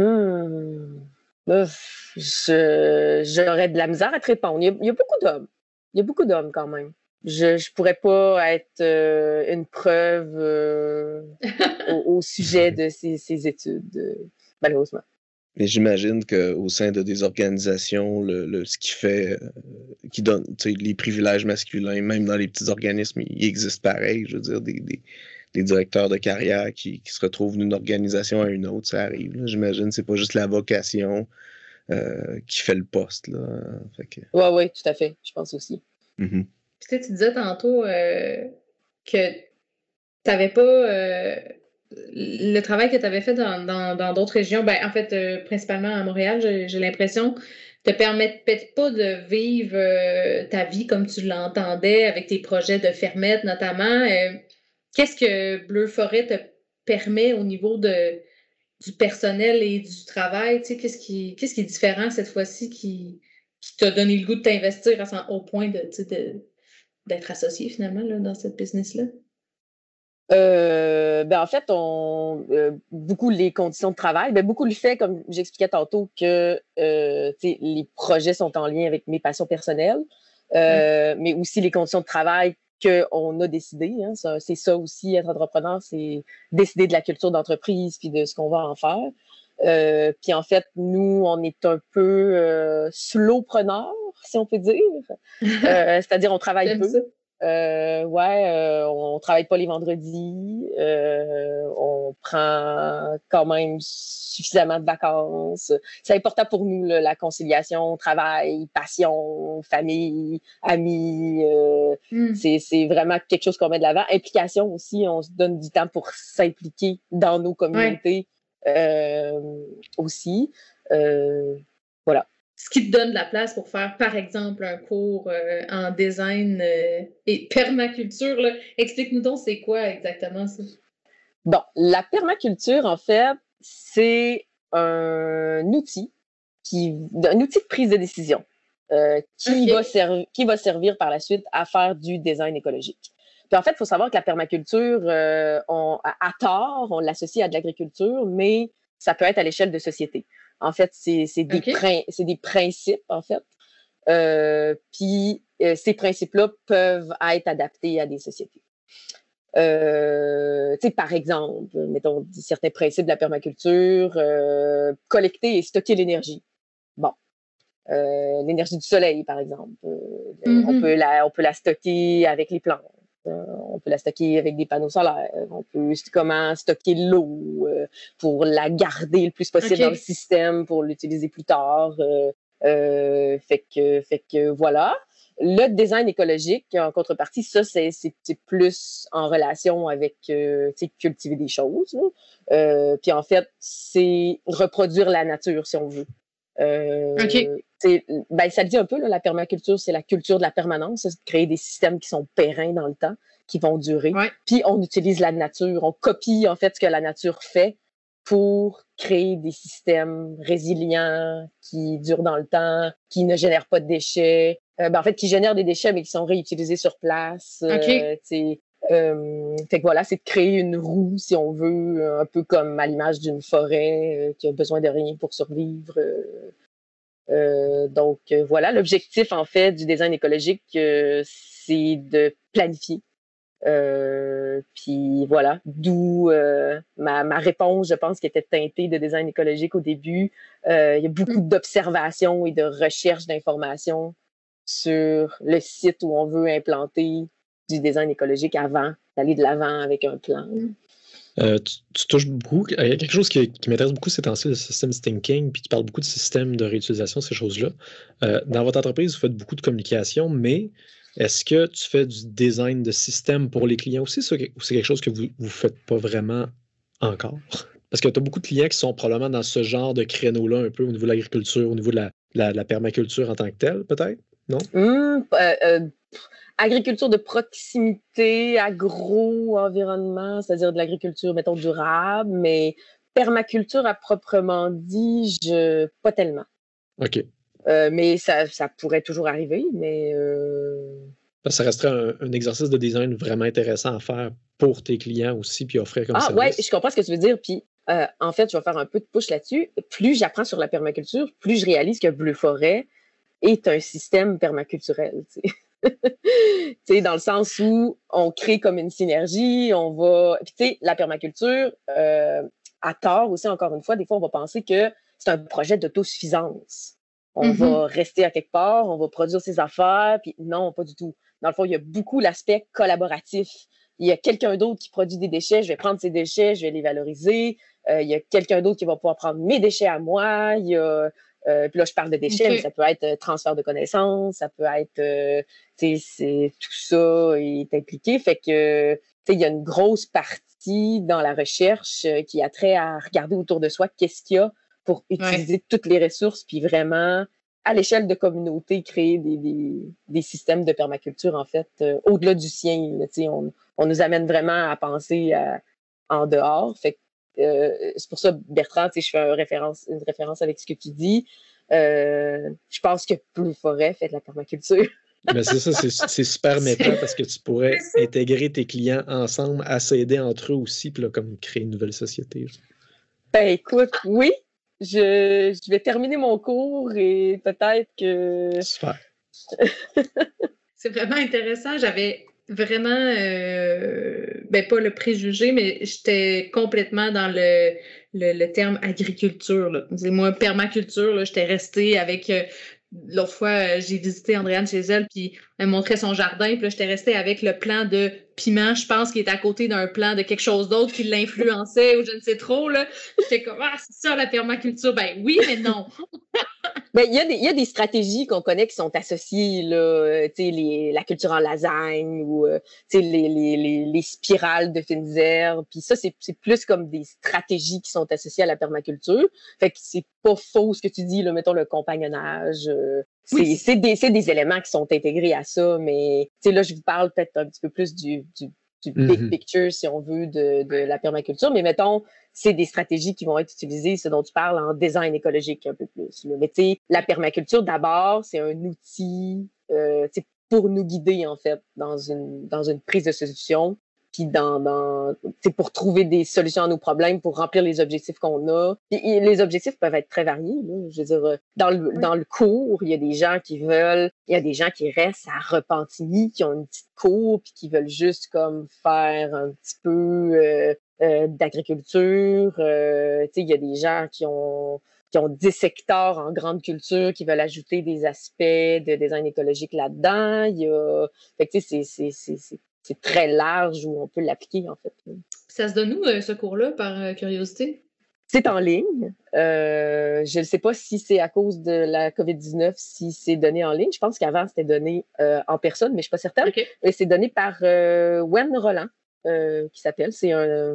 J'aurais de la misère à te répondre. Il y a beaucoup d'hommes. Il y a beaucoup d'hommes quand même. Je pourrais pas être une preuve au sujet de ces études, malheureusement. Mais j'imagine qu'au sein de des organisations, ce qui fait, qui donne les privilèges masculins, même dans les petits organismes, il existe pareil. Je veux dire, des directeurs de carrière qui se retrouvent d'une organisation à une autre, ça arrive. Là. J'imagine que c'est pas juste la vocation qui fait le poste. Là. Oui, tout à fait. Je pense aussi. Mm-hmm. Puis tu disais tantôt que tu n'avais pas le travail que tu avais fait dans d'autres régions, ben, en fait, principalement à Montréal, j'ai l'impression, te permet peut-être pas de vivre ta vie comme tu l'entendais avec tes projets de fermette notamment. Qu'est-ce que Bleu Forêt te permet au niveau du personnel et du travail? Tu sais, qu'est-ce qui est différent cette fois-ci qui t'a donné le goût de t'investir au point d'être associé finalement là, dans cette business-là? En fait, beaucoup les conditions de travail, beaucoup le fait, comme j'expliquais tantôt, que les projets sont en lien avec mes passions personnelles, mais aussi les conditions de travail qu'on a décidé. Hein, c'est ça aussi, être entrepreneur, c'est décider de la culture d'entreprise puis de ce qu'on va en faire. Puis en fait, nous, on est un peu slowpreneur, si on peut dire. C'est-à-dire, on travaille peu. On travaille pas les vendredis, on prend quand même suffisamment de vacances. C'est important pour nous, là, la conciliation, travail, passion, famille, amis. C'est vraiment quelque chose qu'on met de l'avant. Implication aussi, on se donne du temps pour s'impliquer dans nos communautés aussi. Voilà. Ce qui te donne de la place pour faire, par exemple, un cours en design et permaculture. Là. Explique-nous donc, c'est quoi exactement ça? Bon, la permaculture, en fait, c'est un outil de prise de décision qui va servir par la suite à faire du design écologique. Puis en fait, il faut savoir que la permaculture, à tort, on l'associe à de l'agriculture, mais ça peut être à l'échelle de société. En fait, c'est des principes, en fait. Puis ces principes-là peuvent être adaptés à des sociétés. Par exemple, mettons certains principes de la permaculture, collecter et stocker l'énergie. Bon. L'énergie du soleil, par exemple. On peut la stocker avec les plantes. On peut la stocker avec des panneaux solaires. On peut comment stocker l'eau pour la garder le plus possible dans le système pour l'utiliser plus tard. Fait que voilà. Le design écologique, en contrepartie, ça, c'est plus en relation avec cultiver des choses. Puis en fait, c'est reproduire la nature, si on veut. Ça le dit un peu, là, la permaculture, c'est la culture de la permanence, c'est de créer des systèmes qui sont pérennes dans le temps, qui vont durer. Puis on utilise la nature, on copie en fait ce que la nature fait pour créer des systèmes résilients qui durent dans le temps, qui ne génèrent pas de déchets, En fait, qui génèrent des déchets, mais qui sont réutilisés sur place. OK. Fait que voilà, c'est de créer une roue, si on veut, un peu comme à l'image d'une forêt qui a besoin de rien pour survivre. Donc, voilà, l'objectif, en fait, du design écologique, c'est de planifier. Puis voilà, d'où ma réponse, je pense, qui était teintée de design écologique au début. Il y a beaucoup d'observations et de recherches d'informations sur le site où on veut implanter du design écologique avant d'aller de l'avant avec un plan. Tu touches beaucoup. Il y a quelque chose qui m'intéresse beaucoup ces temps-ci, le system thinking, puis qui parle beaucoup de systèmes de réutilisation, ces choses-là. Dans votre entreprise, vous faites beaucoup de communication, mais est-ce que tu fais du design de système pour les clients aussi, ou c'est quelque chose que vous ne faites pas vraiment encore? Parce que tu as beaucoup de clients qui sont probablement dans ce genre de créneau-là, un peu au niveau de l'agriculture, au niveau de la permaculture en tant que telle, peut-être? Non? Agriculture de proximité, agro-environnement, c'est-à-dire de l'agriculture, mettons, durable, mais permaculture à proprement dit, pas tellement. OK. Mais ça pourrait toujours arriver, mais... Ça resterait un exercice de design vraiment intéressant à faire pour tes clients aussi, puis offrir comme service. Ouais, je comprends ce que tu veux dire, puis en fait, je vais faire un peu de push là-dessus. Plus j'apprends sur la permaculture, plus je réalise que Bleu Forêt est un système permaculturel, tu sais. Dans le sens où on crée comme une synergie, on va... Puis tu sais, la permaculture, à tort aussi, encore une fois, des fois, on va penser que c'est un projet d'autosuffisance. On va rester à quelque part, on va produire ses affaires, puis non, pas du tout. Dans le fond, il y a beaucoup l'aspect collaboratif. Il y a quelqu'un d'autre qui produit des déchets, je vais prendre ces déchets, je vais les valoriser. Il y a quelqu'un d'autre qui va pouvoir prendre mes déchets à moi. Il y a... puis là, je parle de déchets, mais ça peut être transfert de connaissances, ça peut être... tout ça est impliqué. Fait que, il y a une grosse partie dans la recherche qui a trait à regarder autour de soi qu'est-ce qu'il y a pour utiliser toutes les ressources, puis vraiment, à l'échelle de communauté, créer des systèmes de permaculture, en fait, au-delà du sien. On nous amène vraiment à penser en dehors. Fait c'est pour ça, Bertrand, je fais une référence avec ce que tu dis. Je pense que Bleu Forêt fait de la permaculture. Mais c'est ça, c'est super méta parce que tu pourrais intégrer tes clients ensemble, à s'aider entre eux aussi, puis là, comme créer une nouvelle société. Ben écoute, oui, je vais terminer mon cours et peut-être que... Super. C'est vraiment intéressant. J'avais vraiment, pas le préjugé, mais j'étais complètement dans le terme agriculture, là. Moi, permaculture, là, j'étais restée avec... l'autre fois, j'ai visité Andréane chez elle, puis elle me montrait son jardin, puis là, j'étais restée avec le plan de piment, je pense, qui est à côté d'un plan de quelque chose d'autre qui l'influençait, ou je ne sais trop, là. J'étais comme, c'est ça, la permaculture. Ben oui, mais non. Il y a des stratégies qu'on connaît qui sont associées, là, la culture en lasagne ou les spirales de fines herbes. Puis ça, c'est plus comme des stratégies qui sont associées à la permaculture. Fait que c'est pas faux ce que tu dis, là, mettons le compagnonnage. C'est des éléments qui sont intégrés à ça, mais là, je vous parle peut-être un petit peu plus du big picture, si on veut, de la permaculture. Mais mettons, c'est des stratégies qui vont être utilisées, ce dont tu parles, en design écologique un peu plus. Là. Mais tu sais, la permaculture, d'abord, c'est un outil pour nous guider, en fait, dans une prise de solution, puis pour trouver des solutions à nos problèmes, pour remplir les objectifs qu'on a. Et les objectifs peuvent être très variés. Là. Je veux dire, dans le cours, il y a des gens qui restent à Repentigny, qui ont une petite cour, puis qui veulent juste comme faire un petit peu d'agriculture. Il y a des gens qui ont 10 hectares en grande culture qui veulent ajouter des aspects de design écologique là-dedans. Fait que c'est très large où on peut l'appliquer, en fait. Ça se donne où, ce cours-là, par curiosité? C'est en ligne. Je ne sais pas si c'est à cause de la COVID-19, si c'est donné en ligne. Je pense qu'avant, c'était donné en personne, mais je ne suis pas certaine. Okay. Et c'est donné par Wen Roland, qui s'appelle. C'est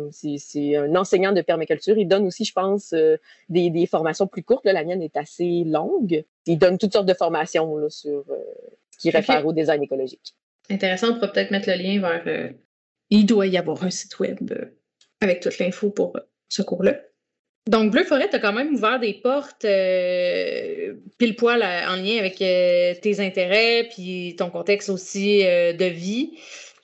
un enseignant de permaculture. Il donne aussi, je pense, des formations plus courtes. Là, la mienne est assez longue. Il donne toutes sortes de formations là, sur ce qui réfère au design écologique. Intéressant, on pourra peut-être mettre le lien vers... il doit y avoir un site web avec toute l'info pour ce cours-là. Donc, Bleu Forêt, tu as quand même ouvert des portes pile poil en lien avec tes intérêts puis ton contexte aussi de vie.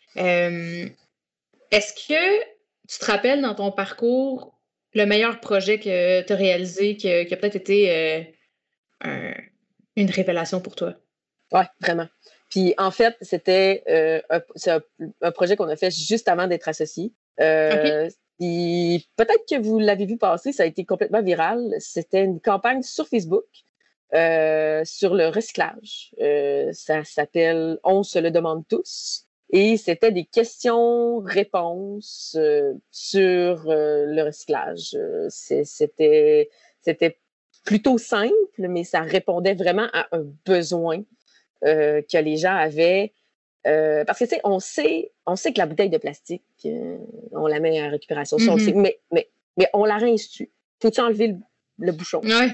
Est-ce que tu te rappelles dans ton parcours le meilleur projet que tu as réalisé qui a peut-être été une révélation pour toi? Oui, vraiment. Puis en fait, c'est un projet qu'on a fait juste avant d'être associés. OK. Puis peut-être que vous l'avez vu passer, ça a été complètement viral. C'était une campagne sur Facebook sur le recyclage. Ça s'appelle On se le demande tous. Et c'était des questions-réponses sur le recyclage. C'était plutôt simple, mais ça répondait vraiment à un besoin que les gens avaient. Parce que, tu sais, on sait que la bouteille de plastique, on la met à récupération. Ça, on le sait, mais on la rince-tu? Faut-tu enlever le bouchon? Ouais.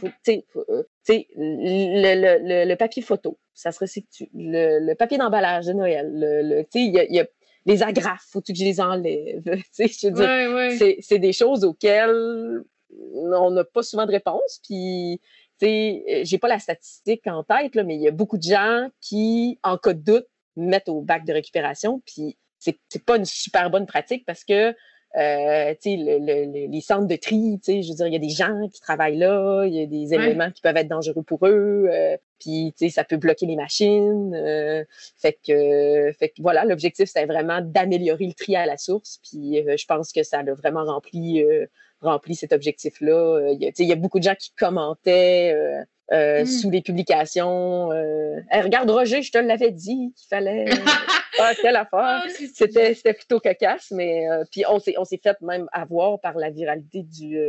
Le papier photo, ça se recycle-tu? Le papier d'emballage de Noël, tu sais, il y a les agrafes, faut-tu que je les enlève? Tu sais, je veux dire, Ouais. c'est des choses auxquelles on n'a pas souvent de réponse. Puis, tu sais, j'ai pas la statistique en tête, là, mais il y a beaucoup de gens qui, en cas de doute, mettent au bac de récupération. Puis, c'est pas une super bonne pratique parce que, tu sais, les centres de tri, tu sais, je veux dire, il y a des gens qui travaillent là, il y a des éléments qui peuvent être dangereux pour eux, puis, tu sais, ça peut bloquer les machines. Fait que voilà, l'objectif, c'était vraiment d'améliorer le tri à la source. Puis, je pense que ça a vraiment rempli cet objectif-là. Il y a beaucoup de gens qui commentaient sous les publications. Hey, regarde, Roger, je te l'avais dit qu'il fallait faire telle affaire. C'était plutôt cocasse, mais puis on s'est fait même avoir par la viralité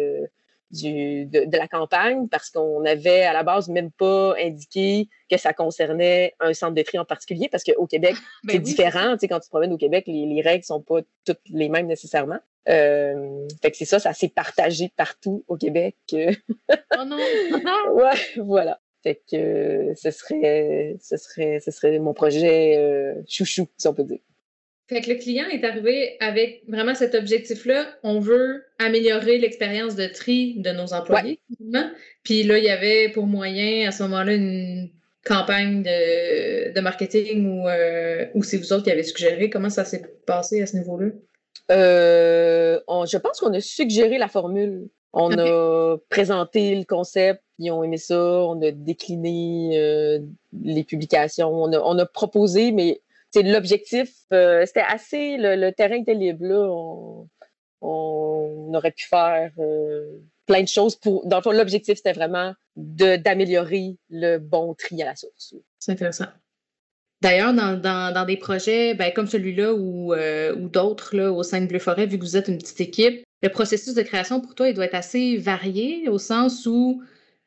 de la campagne parce qu'on avait à la base même pas indiqué que ça concernait un centre de tri en particulier parce qu'au Québec, c'est différent. Tu sais, quand tu te promènes au Québec, les règles sont pas toutes les mêmes nécessairement. Fait que c'est ça s'est partagé partout au Québec. Oh non! Ouais, voilà. Fait que ce serait mon projet chouchou, si on peut dire. Fait que le client est arrivé avec vraiment cet objectif-là. On veut améliorer l'expérience de tri de nos employés. Ouais. Puis là, il y avait pour moyen, à ce moment-là, une campagne de marketing ou c'est vous autres qui avez suggéré. Comment ça s'est passé à ce niveau-là? Je pense qu'on a suggéré la formule. On a présenté le concept, ils ont aimé ça, on a décliné les publications, on a proposé, mais l'objectif, c'était assez, le terrain était libre, là. On aurait pu faire plein de choses dans le fond, l'objectif, c'était vraiment d'améliorer le bon tri à la source. C'est intéressant. D'ailleurs, dans des projets comme celui-là ou d'autres là, au sein de Bleu Forêt, vu que vous êtes une petite équipe, le processus de création pour toi, il doit être assez varié au sens où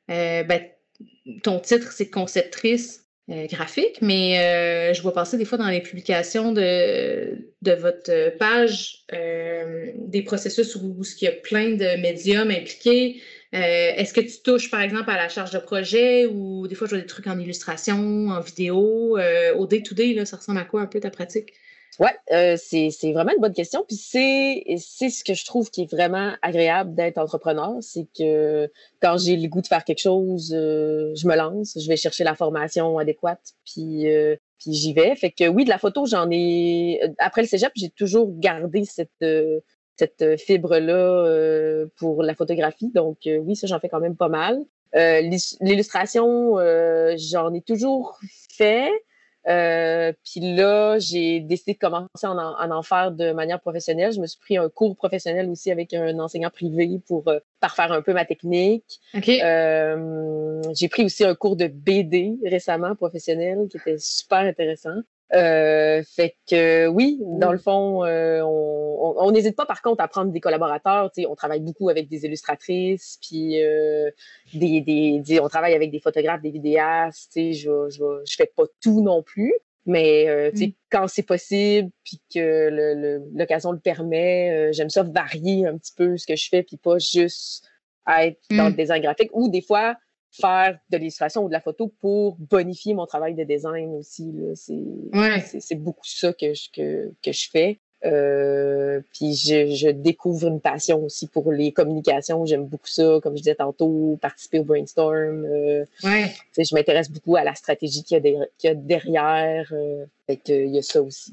ton titre, c'est conceptrice graphique, mais je vois passer des fois dans les publications de votre page des processus où il y a plein de médiums impliqués. Est-ce que tu touches, par exemple, à la charge de projet ou des fois, je vois des trucs en illustration, en vidéo, au day-to-day, là, ça ressemble à quoi un peu ta pratique? Oui, c'est vraiment une bonne question. Puis c'est ce que je trouve qui est vraiment agréable d'être entrepreneur, c'est que quand j'ai le goût de faire quelque chose, je me lance, je vais chercher la formation adéquate, puis j'y vais. Fait que oui, de la photo, j'en ai... Après le cégep, j'ai toujours gardé cette fibre-là pour la photographie. Donc oui, ça, j'en fais quand même pas mal. L'illustration, j'en ai toujours fait. Puis là, j'ai décidé de commencer à en faire de manière professionnelle. Je me suis pris un cours professionnel aussi avec un enseignant privé pour parfaire un peu ma technique. Okay. J'ai pris aussi un cours de BD récemment professionnel qui était super intéressant. Fait que oui, dans le fond, on n'hésite pas par contre à prendre des collaborateurs. On travaille beaucoup avec des illustratrices, puis on travaille avec des photographes, des vidéastes. Je fais pas tout non plus, mais quand c'est possible, puis que l'occasion le permet, j'aime ça varier un petit peu ce que je fais, puis pas juste être dans le design graphique. Ou des fois, faire de l'illustration ou de la photo pour bonifier mon travail de design aussi. C'est beaucoup ça que je fais. Puis je découvre une passion aussi pour les communications. J'aime beaucoup ça, comme je disais tantôt, participer au brainstorm. Je m'intéresse beaucoup à la stratégie qu'il y a derrière. Fait qu'il y a ça aussi.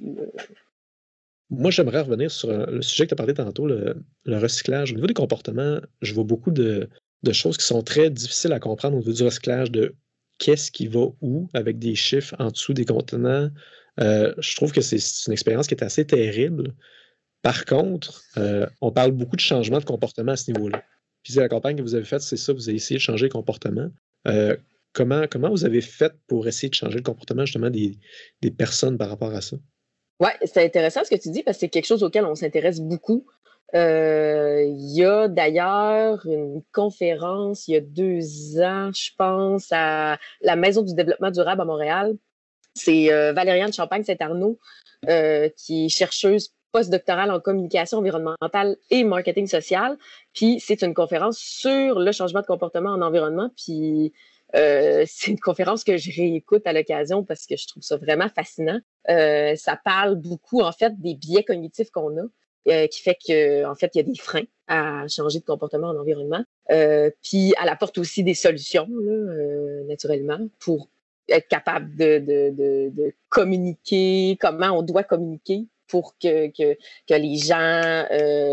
Moi, j'aimerais revenir sur le sujet que tu as parlé tantôt, le recyclage. Au niveau des comportements, je vois beaucoup de choses qui sont très difficiles à comprendre au niveau du recyclage, de qu'est-ce qui va où, avec des chiffres en dessous des contenants. Je trouve que c'est une expérience qui est assez terrible. Par contre, on parle beaucoup de changement de comportement à ce niveau-là. Puis la campagne que vous avez faite, c'est ça, vous avez essayé de changer le comportement. Comment vous avez fait pour essayer de changer le comportement justement des personnes par rapport à ça? Oui, c'est intéressant ce que tu dis parce que c'est quelque chose auquel on s'intéresse beaucoup. Il y a d'ailleurs une conférence il y a 2 ans, je pense, à la Maison du développement durable à Montréal. C'est Valériane Champagne-Saint-Arnaud, qui est chercheuse postdoctorale en communication environnementale et marketing social. Puis c'est une conférence sur le changement de comportement en environnement. Puis c'est une conférence que je réécoute à l'occasion parce que je trouve ça vraiment fascinant. Ça parle beaucoup, en fait, des biais cognitifs qu'on a, qui fait que, en fait, il y a des freins à changer de comportement en environnement. Puis elle apporte aussi des solutions, là, naturellement, pour être capable de communiquer, comment on doit communiquer pour que les gens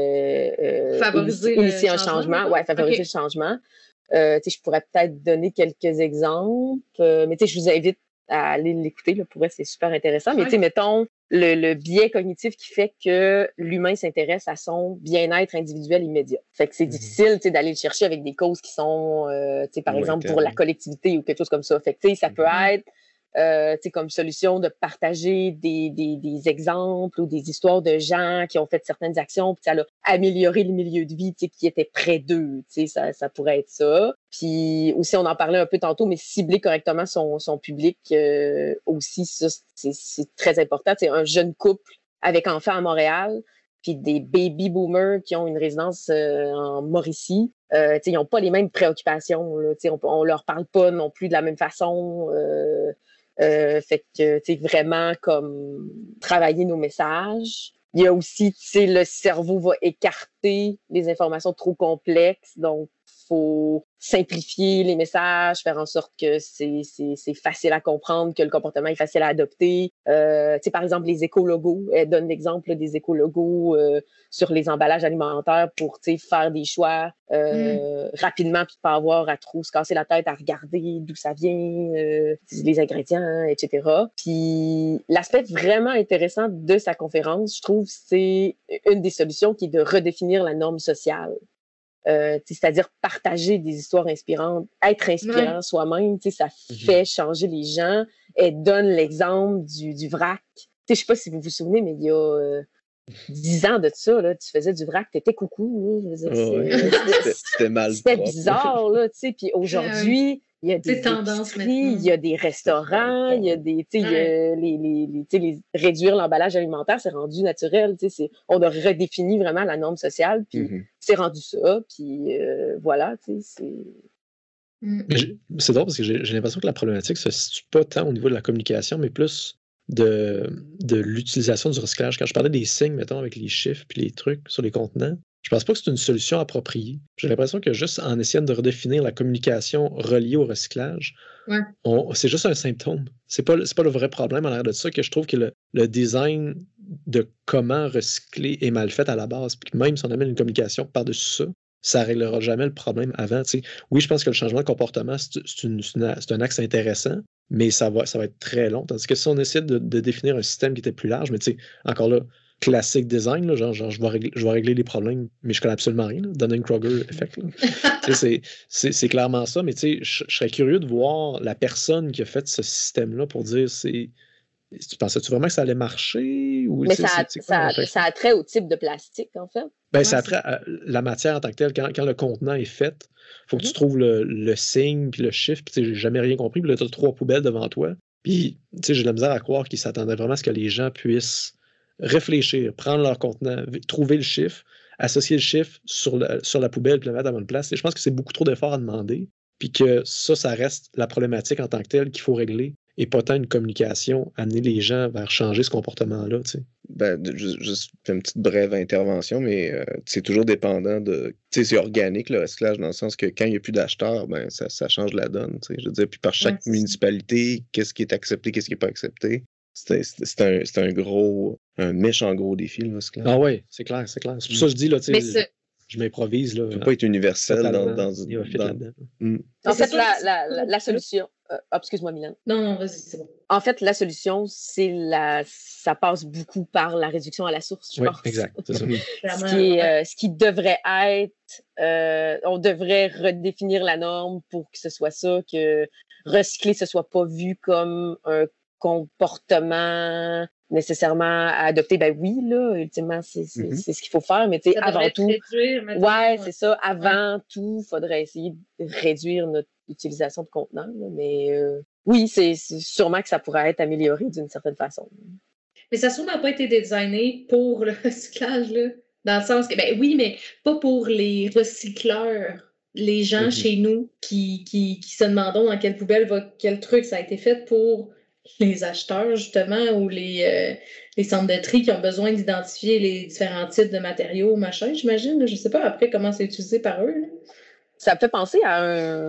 initient un changement. Ouais, favoriser le changement. Je pourrais peut-être donner quelques exemples, mais je vous invite à aller l'écouter. Là, pour elle, c'est super intéressant. Mais mettons le biais cognitif qui fait que l'humain s'intéresse à son bien-être individuel immédiat. Fait que c'est difficile d'aller le chercher avec des causes qui sont, par exemple, pour la collectivité ou quelque chose comme ça. Fait que ça peut être comme solution de partager des exemples ou des histoires de gens qui ont fait certaines actions, puis ça a amélioré le milieu de vie qui était près d'eux. Ça pourrait être ça. Puis aussi, on en parlait un peu tantôt, mais cibler correctement son public aussi, ça, c'est très important. C'est un jeune couple avec enfants à Montréal, puis des baby boomers qui ont une résidence en Mauricie. Ils n'ont pas les mêmes préoccupations. Là, on leur parle pas non plus de la même façon. Fait que, vraiment, comme travailler nos messages. Il y a aussi, le cerveau va écarter les informations trop complexes, donc faut simplifier les messages, faire en sorte que c'est facile à comprendre, que le comportement est facile à adopter. Par exemple, les écologos. Elle donne l'exemple des écologos sur les emballages alimentaires pour faire des choix rapidement, puis pas avoir à trop se casser la tête à regarder d'où ça vient, les ingrédients, etc. Puis l'aspect vraiment intéressant de sa conférence, je trouve, c'est une des solutions qui est de redéfinir la norme sociale. C'est-à-dire partager des histoires inspirantes, être inspirant soi-même, ça fait changer les gens. Elle donne l'exemple du vrac. Je sais pas si vous vous souvenez, mais il y a 10 ans de ça, là, tu faisais du vrac, t'étais coucou. C'était mal. C'était bizarre, là, puis aujourd'hui, il y a des tendances maintenant. Il y a des restaurants, il y a des, réduire l'emballage alimentaire, c'est rendu naturel, on a redéfini vraiment la norme sociale, puis c'est rendu ça, puis voilà, c'est... C'est drôle parce que j'ai l'impression que la problématique se situe pas tant au niveau de la communication, mais plus de l'utilisation du recyclage. Quand je parlais des signes, mettons, avec les chiffres puis les trucs sur les contenants, je pense pas que c'est une solution appropriée. J'ai l'impression que juste en essayant de redéfinir la communication reliée au recyclage, c'est juste un symptôme. C'est pas le vrai problème en arrière de ça, que je trouve que le design de comment recycler est mal fait à la base. Puis même si on amène une communication par-dessus ça ne réglera jamais le problème avant. T'sais. Oui, je pense que le changement de comportement, c'est un axe intéressant, mais ça va être très long. Tandis que si on essaie de définir un système qui était plus large, mais encore là, classique design, là, genre je vais régler les problèmes, mais je connais absolument rien. Dunning-Kruger effect. C'est clairement ça, mais je serais curieux de voir la personne qui a fait ce système-là pour dire tu pensais-tu vraiment que ça allait marcher? Ou, mais ça a trait au type de plastique, en fait. Ben, ça a trait à la matière en tant que telle. Quand le contenant est fait, il faut que tu trouves le signe puis le chiffre. Puis j'ai jamais rien compris. Puis là, tu as 3 poubelles devant toi. Puis j'ai de la misère à croire qu'ils s'attendaient vraiment à ce que les gens puissent réfléchir, prendre leur contenant, trouver le chiffre, associer le chiffre sur la poubelle puis le mettre à la bonne place. Et je pense que c'est beaucoup trop d'efforts à demander. Puis que ça reste la problématique en tant que telle qu'il faut régler et pas tant une communication, amener les gens vers changer ce comportement-là, tu sais. Ben, juste une petite brève intervention, mais c'est toujours dépendant de... Tu sais, c'est organique, le recyclage, dans le sens que quand il n'y a plus d'acheteurs, ben, ça change la donne, tu sais. Je veux dire, puis par chaque municipalité, qu'est-ce qui est accepté, qu'est-ce qui n'est pas accepté. C'est un méchant gros défi, le recyclage. Ah ouais, c'est clair. C'est pour ça que je dis, là, tu sais, je m'improvise, là. Ça ne peut pas être universel dans... En fait, la solution... excuse-moi, Mylène. Non, vas-y, c'est bon. En fait, la solution, ça passe beaucoup par la réduction à la source, je pense. Oui, exact. C'est ça. Ce qui devrait être... on devrait redéfinir la norme pour que ce soit ça, que recycler, ce soit pas vu comme un comportement nécessairement à adopter. Ben oui, là, ultimement, c'est ce qu'il faut faire, mais tu sais, avant tout... c'est ça. Avant tout, il faudrait essayer de réduire notre utilisation de contenants, là, mais oui, c'est sûrement que ça pourrait être amélioré d'une certaine façon. Mais ça n'a sûrement pas été designé pour le recyclage, là, dans le sens que, ben oui, mais pas pour les recycleurs. Les gens chez nous qui se demandent dans quelle poubelle va quel truc, ça a été fait pour les acheteurs, justement, ou les centres de tri qui ont besoin d'identifier les différents types de matériaux, machin, j'imagine. Je ne sais pas après comment c'est utilisé par eux. Là. Ça me fait penser à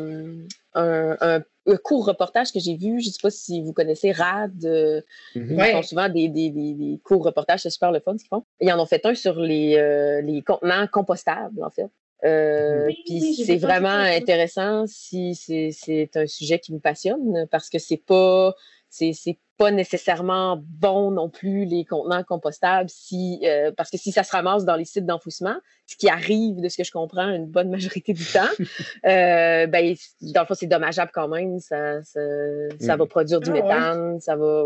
un court reportage que j'ai vu. Je ne sais pas si vous connaissez RAD. Ils font souvent des courts reportages, c'est super le fun ce qu'ils font. Ils en ont fait un sur les contenants compostables, en fait. Puis c'est vraiment intéressant si c'est un sujet qui vous passionne parce que c'est pas nécessairement bon non plus les contenants compostables parce que si ça se ramasse dans les sites d'enfouissement, ce qui arrive de ce que je comprends une bonne majorité du temps, ben dans le fond c'est dommageable quand même, ça va produire du méthane, ça va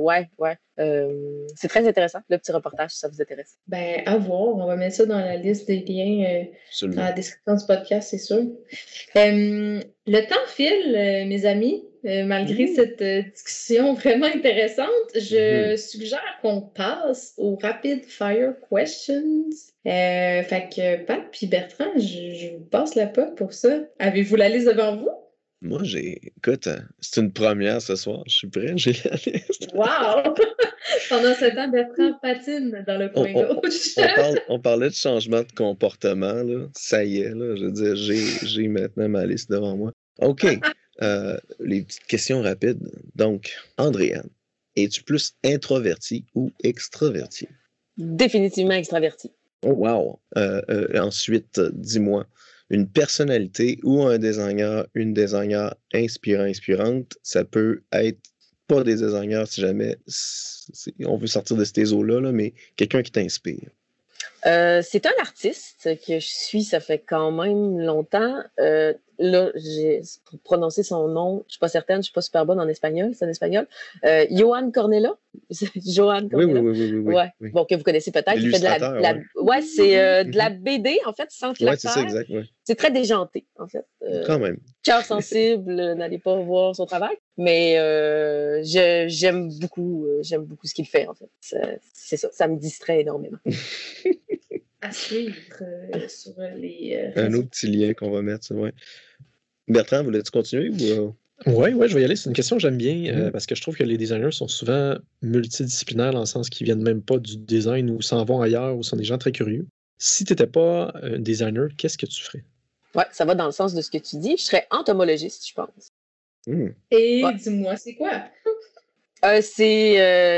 c'est très intéressant le petit reportage si ça vous intéresse. Ben à voir, on va mettre ça dans la liste des liens dans la description du podcast, c'est sûr. Le temps file, mes amis. Malgré cette discussion vraiment intéressante, je suggère qu'on passe aux Rapid Fire Questions. Fait que Pat puis Bertrand, je vous passe la POC pour ça. Avez-vous la liste devant vous? Moi, écoute, c'est une première ce soir. Je suis prêt, j'ai la liste. Wow! Pendant ce temps, Bertrand patine dans le coin gauche. On parlait de changement de comportement, là. Ça y est, là. Je veux dire, j'ai maintenant ma liste devant moi. OK. Les petites questions rapides. Donc, Andréane, es-tu plus introverti ou extraverti? Définitivement extraverti. Oh, wow! Ensuite, dis-moi, une personnalité ou un designer, une designer inspirante, ça peut être pas des designers si jamais on veut sortir de ces eaux-là, là, mais quelqu'un qui t'inspire. C'est un artiste que je suis, ça fait quand même longtemps. Là, pour prononcer son nom, je ne suis pas certaine, je ne suis pas super bonne en espagnol, c'est en espagnol. Joan Cornella. Joan Cornella. Oui. Bon, que vous connaissez peut-être. Il fait de la BD, en fait, sans claquer. Oui, c'est ça, exact. Ouais. C'est très déjanté, en fait. Quand même. Cœur sensible, n'allez pas voir son travail. Mais j'aime beaucoup ce qu'il fait, en fait. C'est ça, ça me distrait énormément. À suivre sur les un autre petit lien qu'on va mettre, ouais. Bertrand, voulais-tu continuer ou... Oui, je vais y aller. C'est une question que j'aime bien parce que je trouve que les designers sont souvent multidisciplinaires dans le sens qu'ils viennent même pas du design ou s'en vont ailleurs ou sont des gens très curieux. Si tu n'étais pas un designer, qu'est-ce que tu ferais? Oui, ça va dans le sens de ce que tu dis. Je serais entomologiste, je pense. Et dis-moi, c'est quoi? C'est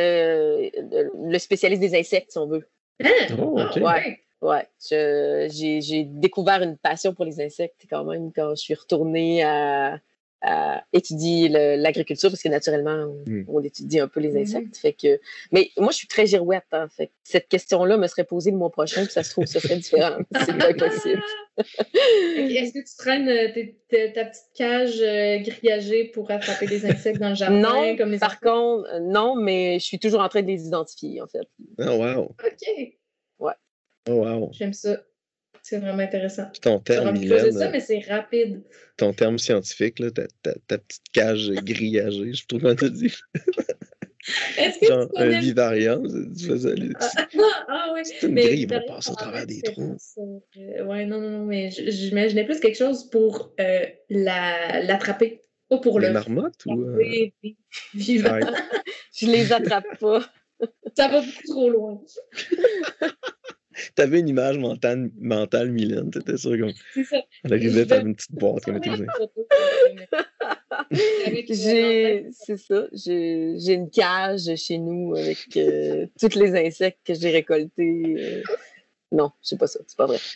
le spécialiste des insectes, si on veut. Oh, OK. Ouais, j'ai découvert une passion pour les insectes quand même quand je suis retournée à étudier l'agriculture parce que naturellement, on étudie un peu les insectes. Fait que, mais moi, je suis très girouette. Hein, fait que cette question-là me serait posée le mois prochain puis ça se trouve, ce serait différent. C'est bien possible. Est-ce que tu traînes ta petite cage grillagée pour attraper des insectes dans le jardin? Non, comme les par contre, non, mais je suis toujours en train de les identifier, en fait. Oh, wow! OK. Ouais. Oh, wow! J'aime ça. C'est vraiment intéressant. Puis ton terme, Mylène, ça, mais c'est rapide. Ton terme scientifique, là, ta petite cage grillagée, je trouve qu'on t'a dit. Est-ce que genre tu connais... un vivarium, tu faisais... oui. C'est une grille, on passe au travers des trous. Ouais, non, mais j'imaginais plus quelque chose pour l'attraper. Pas pour Les le marmottes ou. oui, vivant. Ouais. Je les attrape pas. Ça va beaucoup trop loin. T'avais une image mentale, Mylène. T'étais sûr qu'on C'est ça. elle arrivait, Je t'avais vais une petite boîte comme envoyer tu une disais. photo, avec C'est ça. J'ai une cage chez nous avec tous les insectes que j'ai récoltés. Non, c'est pas ça. C'est pas vrai.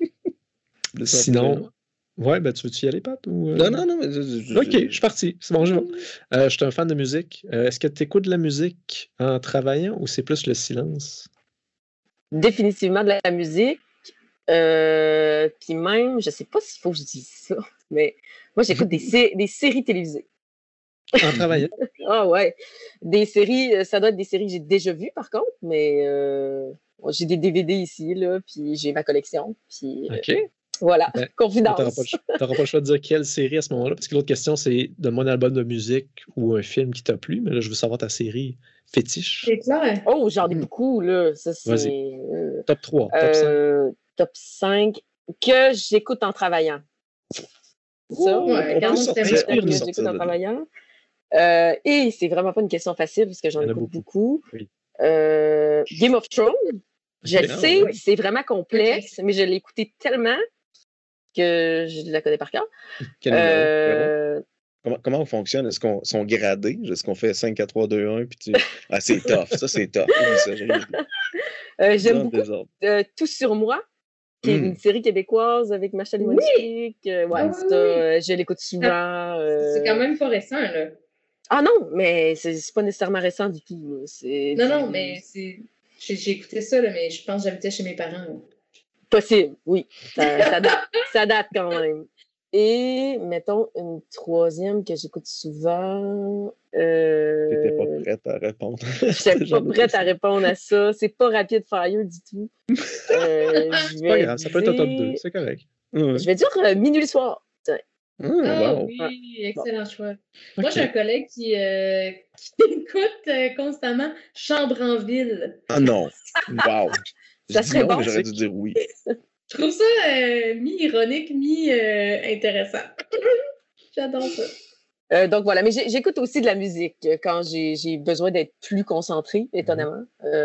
Sinon, ouais, ben tu veux-tu y aller, Pat? Ou, Non, mais. Ok, je suis parti. C'est bon, je vais. Je suis un fan de musique. Est-ce que tu écoutes de la musique en travaillant ou c'est plus le silence? Définitivement de la musique. Puis même, je sais pas s'il faut que je dise ça, mais moi, j'écoute des séries télévisées. En travaillant? Ah ouais. Des séries, ça doit être des séries que j'ai déjà vues, par contre, mais j'ai des DVD ici, là, puis j'ai ma collection. Puis OK. voilà, Ben, confidence. T'auras pas le choix de dire quelle série à ce moment-là, parce que l'autre question, c'est donne-moi un album de musique ou un film qui t'a plu, mais là, je veux savoir ta série fétiche. C'est clair. Oh, j'en ai beaucoup, là. Ça, c'est. Vas-y. Top 3, top 5. Top 5 que j'écoute en travaillant. Ça, Ouais, on peut c'est sortir que de j'écoute en là. travaillant. Et c'est vraiment pas une question facile parce que j'en Il y en a écoute beaucoup. Oui. Game of Thrones, je le Ah, sais, ouais. c'est vraiment complexe, mais je l'ai écouté tellement que je la connais par cœur. Quel numéro? Comment on fonctionne? Est-ce qu'on sont gradés? Est-ce qu'on fait 5, 4, 3, 2, 1? Puis tu... Ah, c'est tough. Ça, c'est tough. Oublie ça, J'aime beaucoup Tout sur moi, qui est une série québécoise avec Macha Limontique. Je l'écoute souvent. C'est quand même pas récent, là. Ah non, mais c'est pas nécessairement récent du tout. Non, mais c'est. J'ai écouté ça, là, mais je pense que j'habitais chez mes parents. Là. Possible, oui. Ça date quand même. Et, mettons, une troisième que j'écoute souvent. T'étais pas prête à répondre. J'étais pas prête à répondre à ça. C'est pas Rapid Fire du tout. C'est pas grave, ça peut être un top 2, c'est correct. Je vais dire Minuit le soir. Wow. Oui, excellent choix. Okay. Moi, j'ai un collègue qui écoute constamment Chambre en ville. Ah non! Wow! Ça serait bon. J'aurais dû dire oui. Je trouve ça mi-ironique, mi-intéressant. J'adore ça. Donc voilà, mais j'écoute aussi de la musique quand j'ai besoin d'être plus concentrée, étonnamment.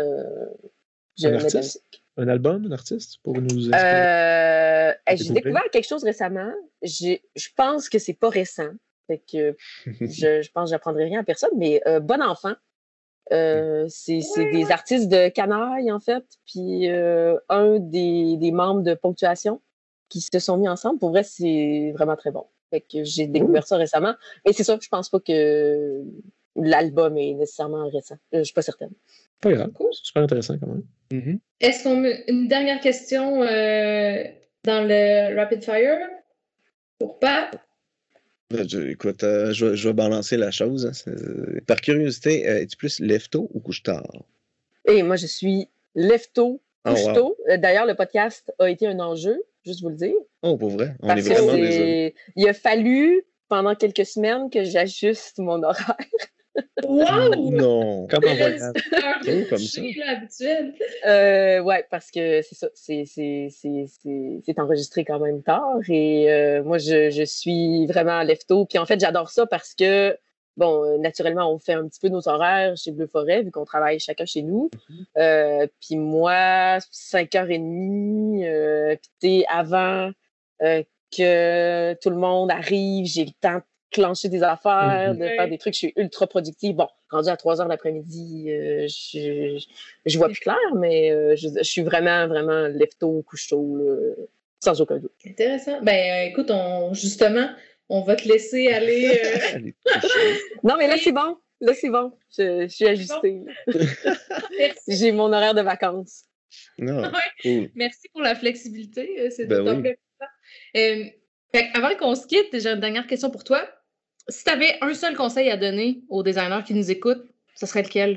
Un artiste? Un album, un artiste pour nous inspirer? J'ai découvert quelque chose récemment. Je pense que c'est pas récent. Fait que je pense que j'apprendrai rien à personne, mais Bon Enfant. C'est des artistes de Canaille, en fait, puis un des membres de Ponctuation qui se sont mis ensemble. Pour vrai, c'est vraiment très bon. Fait que j'ai découvert ça récemment. Mais c'est ça, je pense pas que l'album est nécessairement récent. Je suis pas certaine. Pas grave, c'est super intéressant quand même. Mm-hmm. Est-ce qu'on met une dernière question dans le Rapid Fire pour Pat? Écoute, je vais balancer la chose. Hein. Par curiosité, es-tu plus lève-tôt ou couche-tard? Et moi, je suis lève-tôt, couche-tôt. Wow. D'ailleurs, le podcast a été un enjeu, juste vous le dire. Oh, pour vrai? On Parce est vraiment désolés. Il a fallu, pendant quelques semaines, que j'ajuste mon horaire. Wow! Non! Comment voilà? Comme ça? Habituel. Ouais, parce que c'est ça, c'est enregistré quand même tard et moi je suis vraiment lève-tôt. Puis en fait, j'adore ça parce que bon, naturellement, on fait un petit peu nos horaires chez Bleu Forêt vu qu'on travaille chacun chez nous. Puis moi, 5h30, puis avant que tout le monde arrive, j'ai le temps de clencher des affaires, de faire des trucs. Je suis ultra productive. Bon, rendu à 3h l'après-midi, je vois plus clair, mais je suis vraiment, vraiment lève-tôt, couche-tôt, sans aucun doute. Intéressant. Ben, écoute, justement, on va te laisser aller. Non, mais là, c'est bon. Là, c'est bon. Je suis ajustée. J'ai mon horaire de vacances. Non, cool. Merci pour la flexibilité. C'est ben tout oui. Avant qu'on se quitte, j'ai une dernière question pour toi. Si tu avais un seul conseil à donner aux designers qui nous écoutent, ce serait lequel?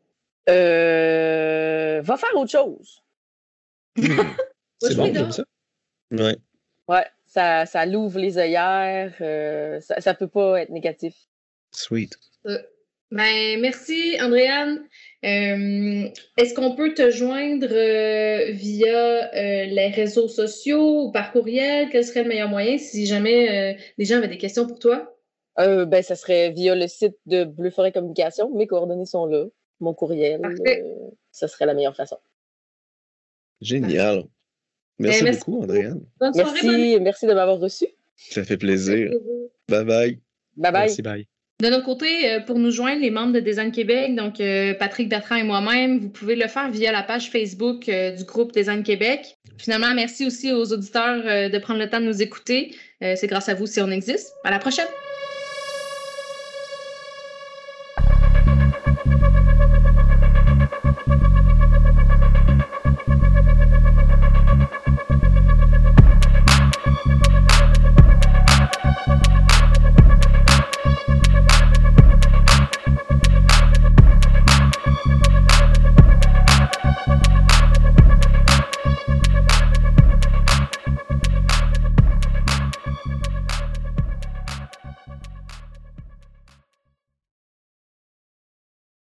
Va faire autre chose. C'est bon, j'aime ça. Ouais. Ouais, ça l'ouvre les œillères. Ça peut pas être négatif. Sweet. Ben, merci, Andréane. Est-ce qu'on peut te joindre via les réseaux sociaux ou par courriel? Quel serait le meilleur moyen si jamais les gens avaient des questions pour toi? Ça serait via le site de Bleu Forêt Communication. Mes coordonnées sont là. Mon courriel, ça serait la meilleure façon. Génial. Merci beaucoup, Andréane. Bonne soirée, merci de m'avoir reçu. Ça fait plaisir. Bye-bye. Bye-bye. Merci, bye. De notre côté, pour nous joindre, les membres de Design Québec, donc Patrick Bertrand et moi-même, vous pouvez le faire via la page Facebook du groupe Design Québec. Finalement, merci aussi aux auditeurs de prendre le temps de nous écouter. C'est grâce à vous si on existe. À la prochaine!